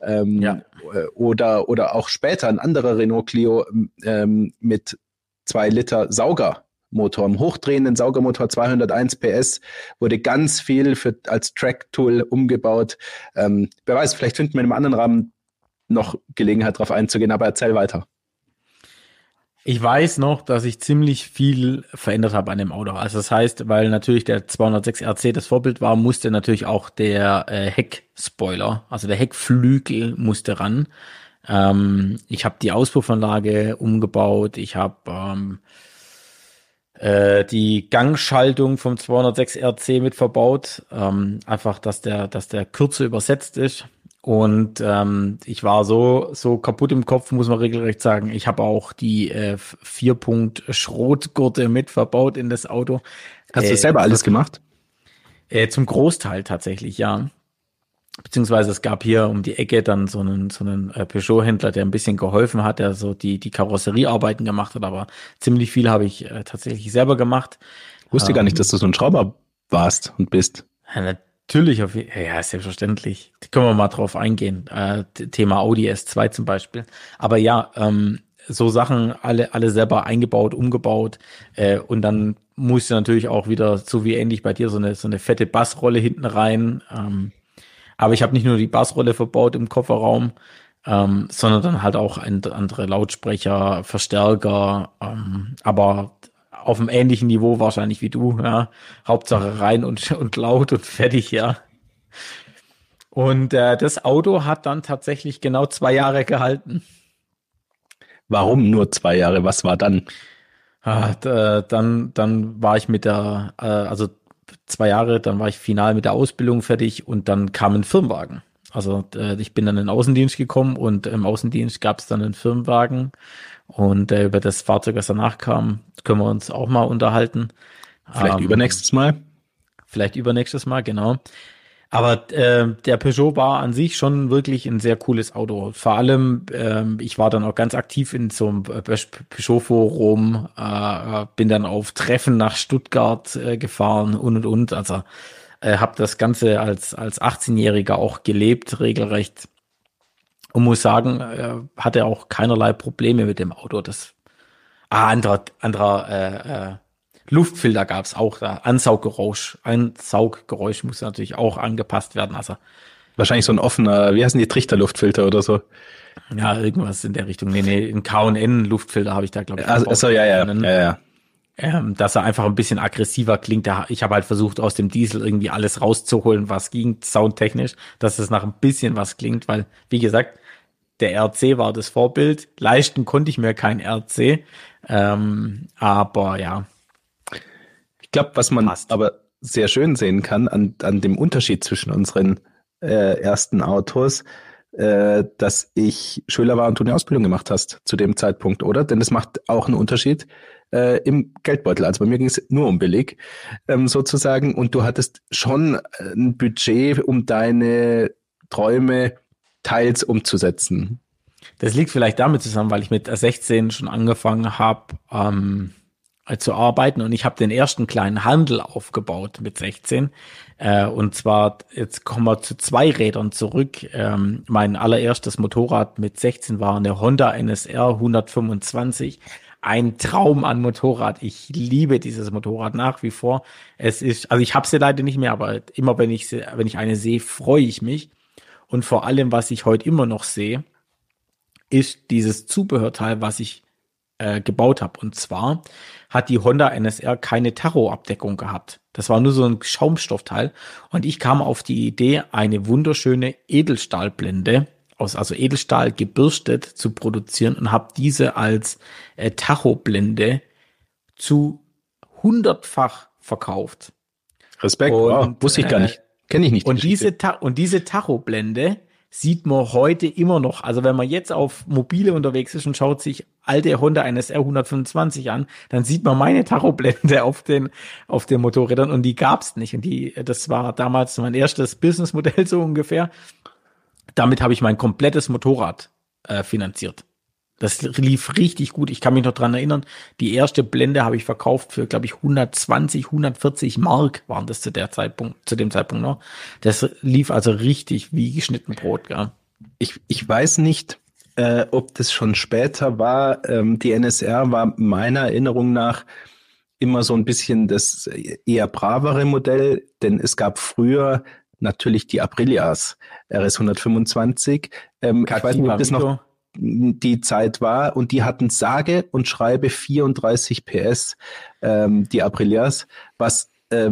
Speaker 1: oder auch später ein anderer Renault Clio mit 2 Liter Saugermotor, einem hochdrehenden Saugermotor, 201 PS, wurde ganz viel als Track-Tool umgebaut. Wer weiß, vielleicht finden wir in einem anderen Rahmen noch Gelegenheit darauf einzugehen, aber erzähl weiter.
Speaker 2: Ich weiß noch, dass ich ziemlich viel verändert habe an dem Auto. Also das heißt, weil natürlich der 206 RC das Vorbild war, musste natürlich auch der Heckspoiler, also der Heckflügel musste ran. Ich habe die Auspuffanlage umgebaut. Ich habe die Gangschaltung vom 206 RC mit verbaut. Einfach, dass der kürzer übersetzt ist. Und ich war so kaputt im Kopf, muss man regelrecht sagen. Ich habe auch die 4-Punkt-Schrotgurte mit verbaut in das Auto.
Speaker 1: Hast du das selber alles gemacht?
Speaker 2: Zum Großteil tatsächlich, ja. Beziehungsweise es gab hier um die Ecke dann so einen Peugeot-Händler, der ein bisschen geholfen hat, der so die Karosseriearbeiten gemacht hat. Aber ziemlich viel habe ich tatsächlich selber gemacht.
Speaker 1: Ich wusste gar nicht, dass du so ein Schrauber warst und bist.
Speaker 2: Ja, natürlich, ja, selbstverständlich. Da können wir mal drauf eingehen. Thema Audi S2 zum Beispiel. Aber ja, so Sachen alle selber eingebaut, umgebaut. Und dann musste natürlich auch wieder, so wie ähnlich bei dir, so eine fette Bassrolle hinten rein. Aber ich habe nicht nur die Bassrolle verbaut im Kofferraum, sondern dann halt auch andere Lautsprecher, Verstärker, aber auf einem ähnlichen Niveau wahrscheinlich wie du, ja. Hauptsache rein und laut und fertig, ja. Und das Auto hat dann tatsächlich genau 2 Jahre gehalten.
Speaker 1: Warum nur 2 Jahre? Was war dann?
Speaker 2: Dann war ich also 2 Jahre, dann war ich final mit der Ausbildung fertig und dann kam ein Firmenwagen. Also ich bin dann in den Außendienst gekommen und im Außendienst gab es dann einen Firmenwagen. Und über das Fahrzeug, das danach kam, können wir uns auch mal unterhalten.
Speaker 1: Vielleicht übernächstes Mal?
Speaker 2: Vielleicht übernächstes Mal, genau. Aber der Peugeot war an sich schon wirklich ein sehr cooles Auto. Vor allem, ich war dann auch ganz aktiv in so einem Peugeot-Forum, bin dann auf Treffen nach Stuttgart gefahren und. Also habe das Ganze als 18-Jähriger auch gelebt, regelrecht. Und muss sagen, hatte auch keinerlei Probleme mit dem Auto. Anderer Luftfilter gab es auch da. Ansauggeräusch muss natürlich auch angepasst werden. Also
Speaker 1: wahrscheinlich so ein offener, wie heißen die, Trichterluftfilter oder so?
Speaker 2: Ja, irgendwas in der Richtung. Nee, ein K&N Luftfilter habe ich da, glaube ich.
Speaker 1: Also ja.
Speaker 2: dass er einfach ein bisschen aggressiver klingt. Ich habe halt versucht, aus dem Diesel irgendwie alles rauszuholen, was ging, soundtechnisch, dass es nach ein bisschen was klingt, weil, wie gesagt, der RC war das Vorbild. Leisten konnte ich mir kein RC, aber ja.
Speaker 1: Ich glaube, was man aber sehr schön sehen kann an dem Unterschied zwischen unseren ersten Autos, dass ich Schüler war und du eine Ausbildung gemacht hast zu dem Zeitpunkt, oder? Denn es macht auch einen Unterschied im Geldbeutel. Also bei mir ging es nur um billig, sozusagen. Und du hattest schon ein Budget, um deine Träume teils umzusetzen.
Speaker 2: Das liegt vielleicht damit zusammen, weil ich mit 16 schon angefangen habe zu arbeiten und ich habe den ersten kleinen Handel aufgebaut mit 16. Und zwar, jetzt kommen wir zu Zweirädern zurück. Mein allererstes Motorrad mit 16 war eine Honda NSR 125. Ein Traum an Motorrad. Ich liebe dieses Motorrad nach wie vor. Es ist, also ich habe sie leider nicht mehr, aber immer wenn ich eine sehe, freue ich mich. Und vor allem, was ich heute immer noch sehe, ist dieses Zubehörteil, was ich gebaut habe. Und zwar hat die Honda NSR keine Tachoabdeckung gehabt. Das war nur so ein Schaumstoffteil. Und ich kam auf die Idee, eine wunderschöne Edelstahlblende also Edelstahl gebürstet zu produzieren und habe diese als Tachoblende zu 100-fach verkauft.
Speaker 1: Respekt, wow, wusste ich gar nicht. Kenne ich nicht.
Speaker 2: Und diese Tachoblende sieht man heute immer noch. Also wenn man jetzt auf Mobile unterwegs ist und schaut sich alte Honda NSR 125 an, dann sieht man meine Tachoblende auf den Motorrädern und die gab's nicht. Und das war damals mein erstes Businessmodell so ungefähr. Damit habe ich mein komplettes Motorrad finanziert. Das lief richtig gut. Ich kann mich noch dran erinnern, die erste Blende habe ich verkauft für, glaube ich, 120, 140 Mark waren das zu dem Zeitpunkt noch. Das lief also richtig wie geschnitten Brot, ja.
Speaker 1: Ich weiß nicht, ob das schon später war. Die NSR war meiner Erinnerung nach immer so ein bisschen das eher bravere Modell, denn es gab früher natürlich die Aprilias RS 125. Ich weiß nicht, ob das noch die Zeit war, und die hatten sage und schreibe 34 PS, die Aprilias, was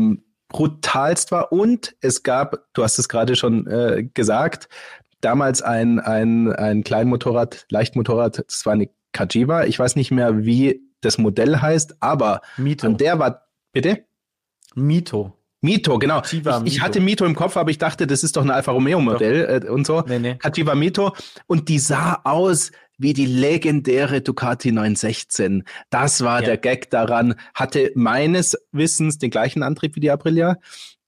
Speaker 1: brutalst war. Und es gab, du hast es gerade schon gesagt, damals ein Kleinmotorrad, Leichtmotorrad, das war eine Cagiva. Ich weiß nicht mehr, wie das Modell heißt, aber
Speaker 2: Mito.
Speaker 1: An der war, bitte?
Speaker 2: Mito,
Speaker 1: genau. Ich hatte Mito im Kopf, aber ich dachte, das ist doch ein Alfa Romeo Modell und so.
Speaker 2: Nee.
Speaker 1: Cagiva Mito. Und die sah aus wie die legendäre Ducati 916. Das war der Gag daran. Hatte meines Wissens den gleichen Antrieb wie die Aprilia.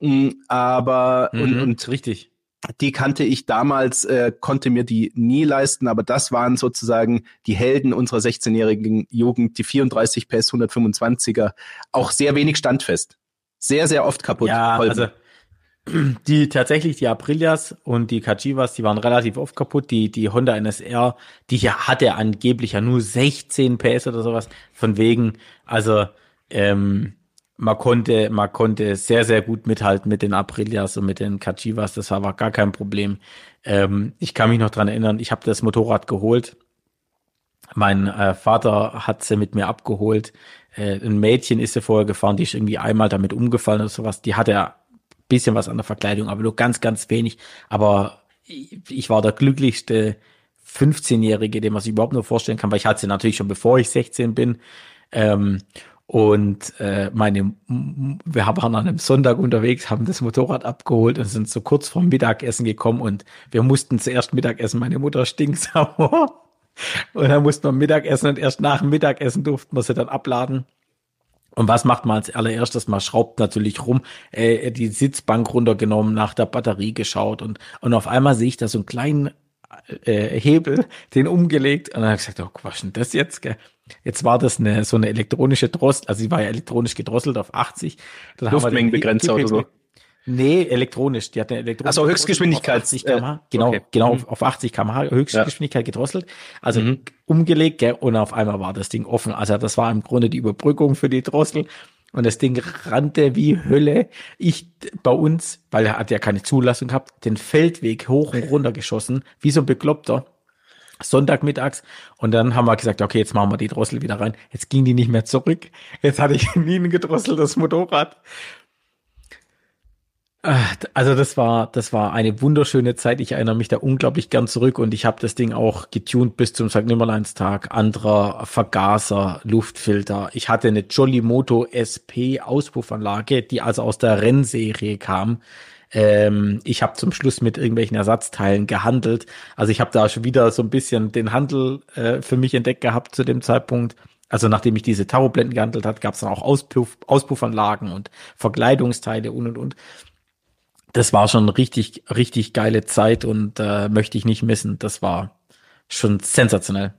Speaker 1: Aber, und
Speaker 2: richtig.
Speaker 1: Die kannte ich damals, konnte mir die nie leisten, aber das waren sozusagen die Helden unserer 16-jährigen Jugend, die 34 PS 125er, auch sehr wenig standfest. Sehr, sehr oft kaputt.
Speaker 2: Ja, also die Aprilias und die Cagivas, die waren relativ oft kaputt. Die Honda NSR, die hatte angeblich ja nur 16 PS oder sowas. Von wegen, also man konnte sehr, sehr gut mithalten mit den Aprilias und mit den Cagivas. Das war gar kein Problem. Ich kann mich noch dran erinnern, ich habe das Motorrad geholt. Mein Vater hat sie mit mir abgeholt. Ein Mädchen ist sie vorher gefahren, die ist irgendwie einmal damit umgefallen oder sowas. Die hatte ja ein bisschen was an der Verkleidung, aber nur ganz, ganz wenig. Aber ich war der glücklichste 15-Jährige, den man sich überhaupt nur vorstellen kann, weil ich hatte sie natürlich schon bevor ich 16 bin. Und wir waren an einem Sonntag unterwegs, haben das Motorrad abgeholt und sind so kurz vorm Mittagessen gekommen und wir mussten zuerst Mittagessen, meine Mutter stinksauer. Und dann mussten wir Mittagessen und erst nach dem Mittagessen durften wir sie dann abladen. Und was macht man als allererstes? Man schraubt natürlich rum, die Sitzbank runtergenommen, nach der Batterie geschaut und auf einmal sehe ich da so einen kleinen Hebel, den umgelegt und dann habe ich gesagt, oh, was ist denn das jetzt? Gell? Jetzt war das so eine elektronische Drossel, also sie war ja elektronisch gedrosselt auf 80.
Speaker 1: Luftmengenbegrenzer oder so?
Speaker 2: Nee, elektronisch. Die hat eine elektronische
Speaker 1: Höchstgeschwindigkeit.
Speaker 2: Auf 80 km/h. Genau, auf 80 km/h Höchstgeschwindigkeit gedrosselt. Also umgelegt, gell, und auf einmal war das Ding offen. Also das war im Grunde die Überbrückung für die Drossel. Und das Ding rannte wie Hölle. Ich bei uns, weil er hat ja keine Zulassung gehabt, den Feldweg hoch und runter geschossen, wie so ein Bekloppter. Sonntagmittags. Und dann haben wir gesagt, okay, jetzt machen wir die Drossel wieder rein. Jetzt ging die nicht mehr zurück. Jetzt hatte ich nie ein gedrosseltes Motorrad. Also das war eine wunderschöne Zeit. Ich erinnere mich da unglaublich gern zurück und ich habe das Ding auch getuned bis zum St. Nimmerleinstag. Anderer Vergaser, Luftfilter. Ich hatte eine Jolly Moto SP Auspuffanlage, die also aus der Rennserie kam. Ich habe zum Schluss mit irgendwelchen Ersatzteilen gehandelt. Also ich habe da schon wieder so ein bisschen den Handel für mich entdeckt gehabt zu dem Zeitpunkt. Also nachdem ich diese Taroblenden gehandelt hat, gab es dann auch Auspuffanlagen und Verkleidungsteile und. Das war schon richtig, richtig geile Zeit und möchte ich nicht missen. Das war schon sensationell.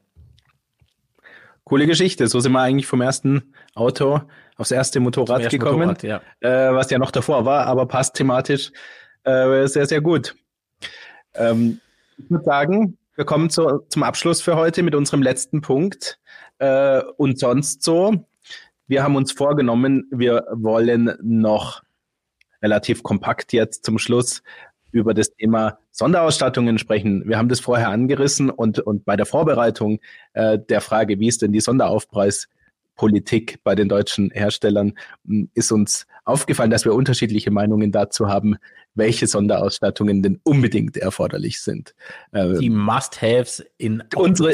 Speaker 1: Coole Geschichte. So sind wir eigentlich vom ersten Auto aufs erste Motorrad gekommen, Motorrad, ja. Was ja noch davor war, aber passt thematisch sehr, sehr gut. Ich würde sagen, wir kommen zum Abschluss für heute mit unserem letzten Punkt. Und sonst so, wir haben uns vorgenommen, wir wollen noch relativ kompakt jetzt zum Schluss über das Thema Sonderausstattungen sprechen. Wir haben das vorher angerissen und bei der Vorbereitung der Frage, wie ist denn die Sonderaufpreispolitik bei den deutschen Herstellern, ist uns aufgefallen, dass wir unterschiedliche Meinungen dazu haben, welche Sonderausstattungen denn unbedingt erforderlich sind.
Speaker 2: Die Must-Haves in
Speaker 1: unsere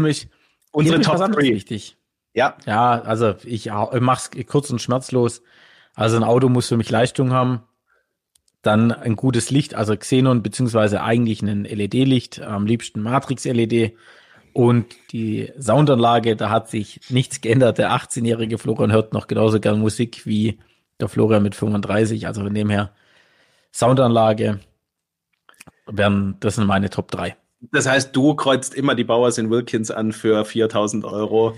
Speaker 1: Top 3.
Speaker 2: Wichtig. Ja, also ich mach's kurz und schmerzlos. Also ein Auto muss für mich Leistung haben, dann ein gutes Licht, also Xenon beziehungsweise eigentlich ein LED-Licht, am liebsten Matrix-LED und die Soundanlage, da hat sich nichts geändert. Der 18-jährige Florian hört noch genauso gern Musik wie der Florian mit 35, also von dem her Soundanlage das sind meine Top 3.
Speaker 1: Das heißt, du kreuzt immer die Bowers Wilkins an für 4.000 Euro.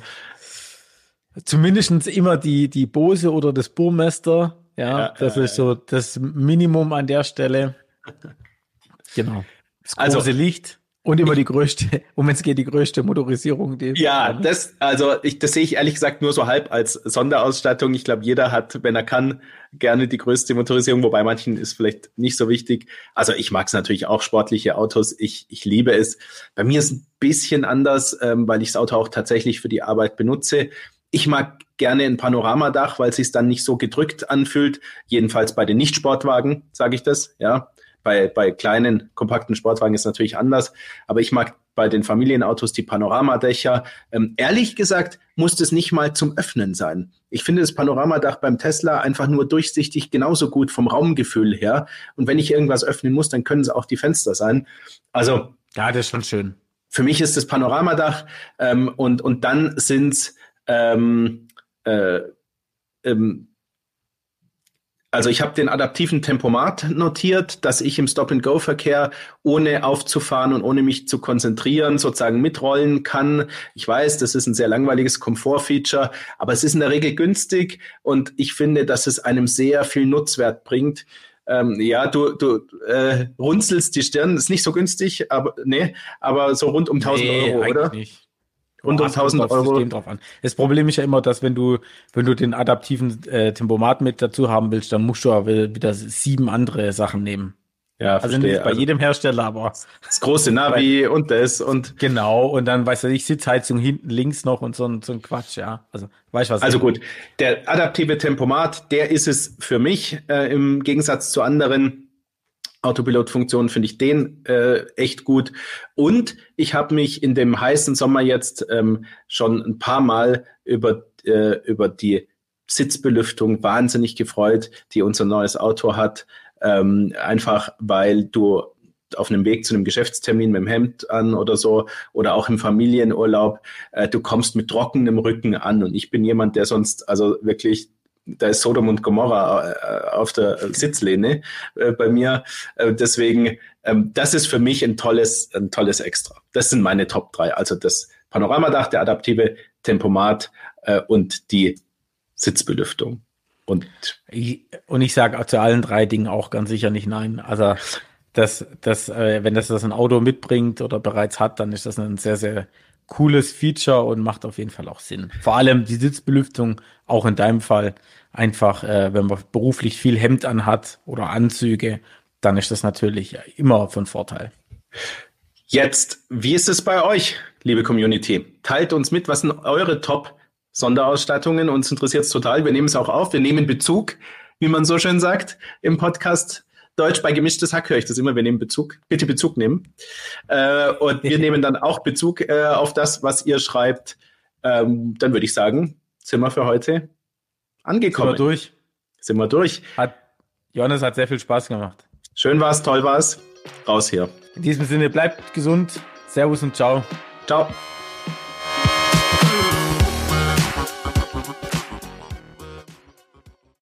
Speaker 2: Zumindest immer die Bose oder das Burmester. Ja, das ist so das Minimum an der Stelle. Genau. Das große Licht und immer die größte, wenn es geht, die größte Motorisierung.
Speaker 1: Das sehe ich ehrlich gesagt nur so halb als Sonderausstattung. Ich glaube, jeder hat, wenn er kann, gerne die größte Motorisierung, wobei manchen ist vielleicht nicht so wichtig. Also ich mag es natürlich auch, sportliche Autos. Ich liebe es. Bei mir ist es ein bisschen anders, weil ich das Auto auch tatsächlich für die Arbeit benutze. Ich mag gerne ein Panoramadach, weil es sich dann nicht so gedrückt anfühlt. Jedenfalls bei den Nicht-Sportwagen, sage ich das. Ja, bei kleinen, kompakten Sportwagen ist es natürlich anders. Aber ich mag bei den Familienautos die Panoramadächer. Ehrlich gesagt muss das nicht mal zum Öffnen sein. Ich finde das Panoramadach beim Tesla einfach nur durchsichtig genauso gut vom Raumgefühl her. Und wenn ich irgendwas öffnen muss, dann können es auch die Fenster sein. Also
Speaker 2: ja, das ist schon schön.
Speaker 1: Für mich ist das Panoramadach und dann sind's also ich habe den adaptiven Tempomat notiert, dass ich im Stop-and-Go-Verkehr ohne aufzufahren und ohne mich zu konzentrieren sozusagen mitrollen kann. Ich weiß, das ist ein sehr langweiliges Komfortfeature, aber es ist in der Regel günstig und ich finde, dass es einem sehr viel Nutzwert bringt. Du runzelst die Stirn, ist nicht so günstig, aber so rund um 1.000 Euro, oder?
Speaker 2: Nicht.
Speaker 1: Und um 1.000 Euro.
Speaker 2: Drauf an. Das Problem ist ja immer, dass wenn du den adaptiven Tempomat mit dazu haben willst, dann musst du aber wieder 7 andere Sachen nehmen.
Speaker 1: Ja,
Speaker 2: also nicht bei jedem Hersteller, aber
Speaker 1: das große Navi und das und
Speaker 2: genau, und dann weißt du, Sitzheizung hinten links noch und so ein Quatsch, ja. Also weißt du was?
Speaker 1: Also gut, der adaptive Tempomat, der ist es für mich im Gegensatz zu anderen Autopilot-Funktionen, finde ich den echt gut. Und ich habe mich in dem heißen Sommer jetzt schon ein paar Mal über die Sitzbelüftung wahnsinnig gefreut, die unser neues Auto hat. Einfach weil du auf einem Weg zu einem Geschäftstermin mit dem Hemd an oder so oder auch im Familienurlaub, du kommst mit trockenem Rücken an und ich bin jemand, der sonst also wirklich, da ist Sodom und Gomorra auf der Sitzlehne bei mir. Deswegen, das ist für mich ein tolles Extra. Das sind meine Top 3. Also das Panoramadach, der adaptive Tempomat und die Sitzbelüftung. Und
Speaker 2: ich sage zu allen 3 Dingen auch ganz sicher nicht nein. Also wenn das ein Auto mitbringt oder bereits hat, dann ist das ein sehr, sehr cooles Feature und macht auf jeden Fall auch Sinn. Vor allem die Sitzbelüftung, auch in deinem Fall, einfach, wenn man beruflich viel Hemd anhat oder Anzüge, dann ist das natürlich immer von Vorteil.
Speaker 3: Jetzt, wie ist es bei euch, liebe Community? Teilt uns mit, was sind eure Top-Sonderausstattungen? Uns interessiert es total. Wir nehmen es auch auf. Wir nehmen Bezug, wie man so schön sagt, im Podcast Deutsch. Bei Gemischtes Hack höre ich das immer. Wir nehmen Bezug. Bitte Bezug nehmen. Und wir nehmen dann auch Bezug auf das, was ihr schreibt. Dann würde ich sagen, sind wir für heute angekommen. Sind wir durch.
Speaker 2: Johannes hat sehr viel Spaß gemacht.
Speaker 3: Schön war's, toll war's. Raus hier.
Speaker 2: In diesem Sinne, bleibt gesund. Servus und ciao.
Speaker 3: Ciao.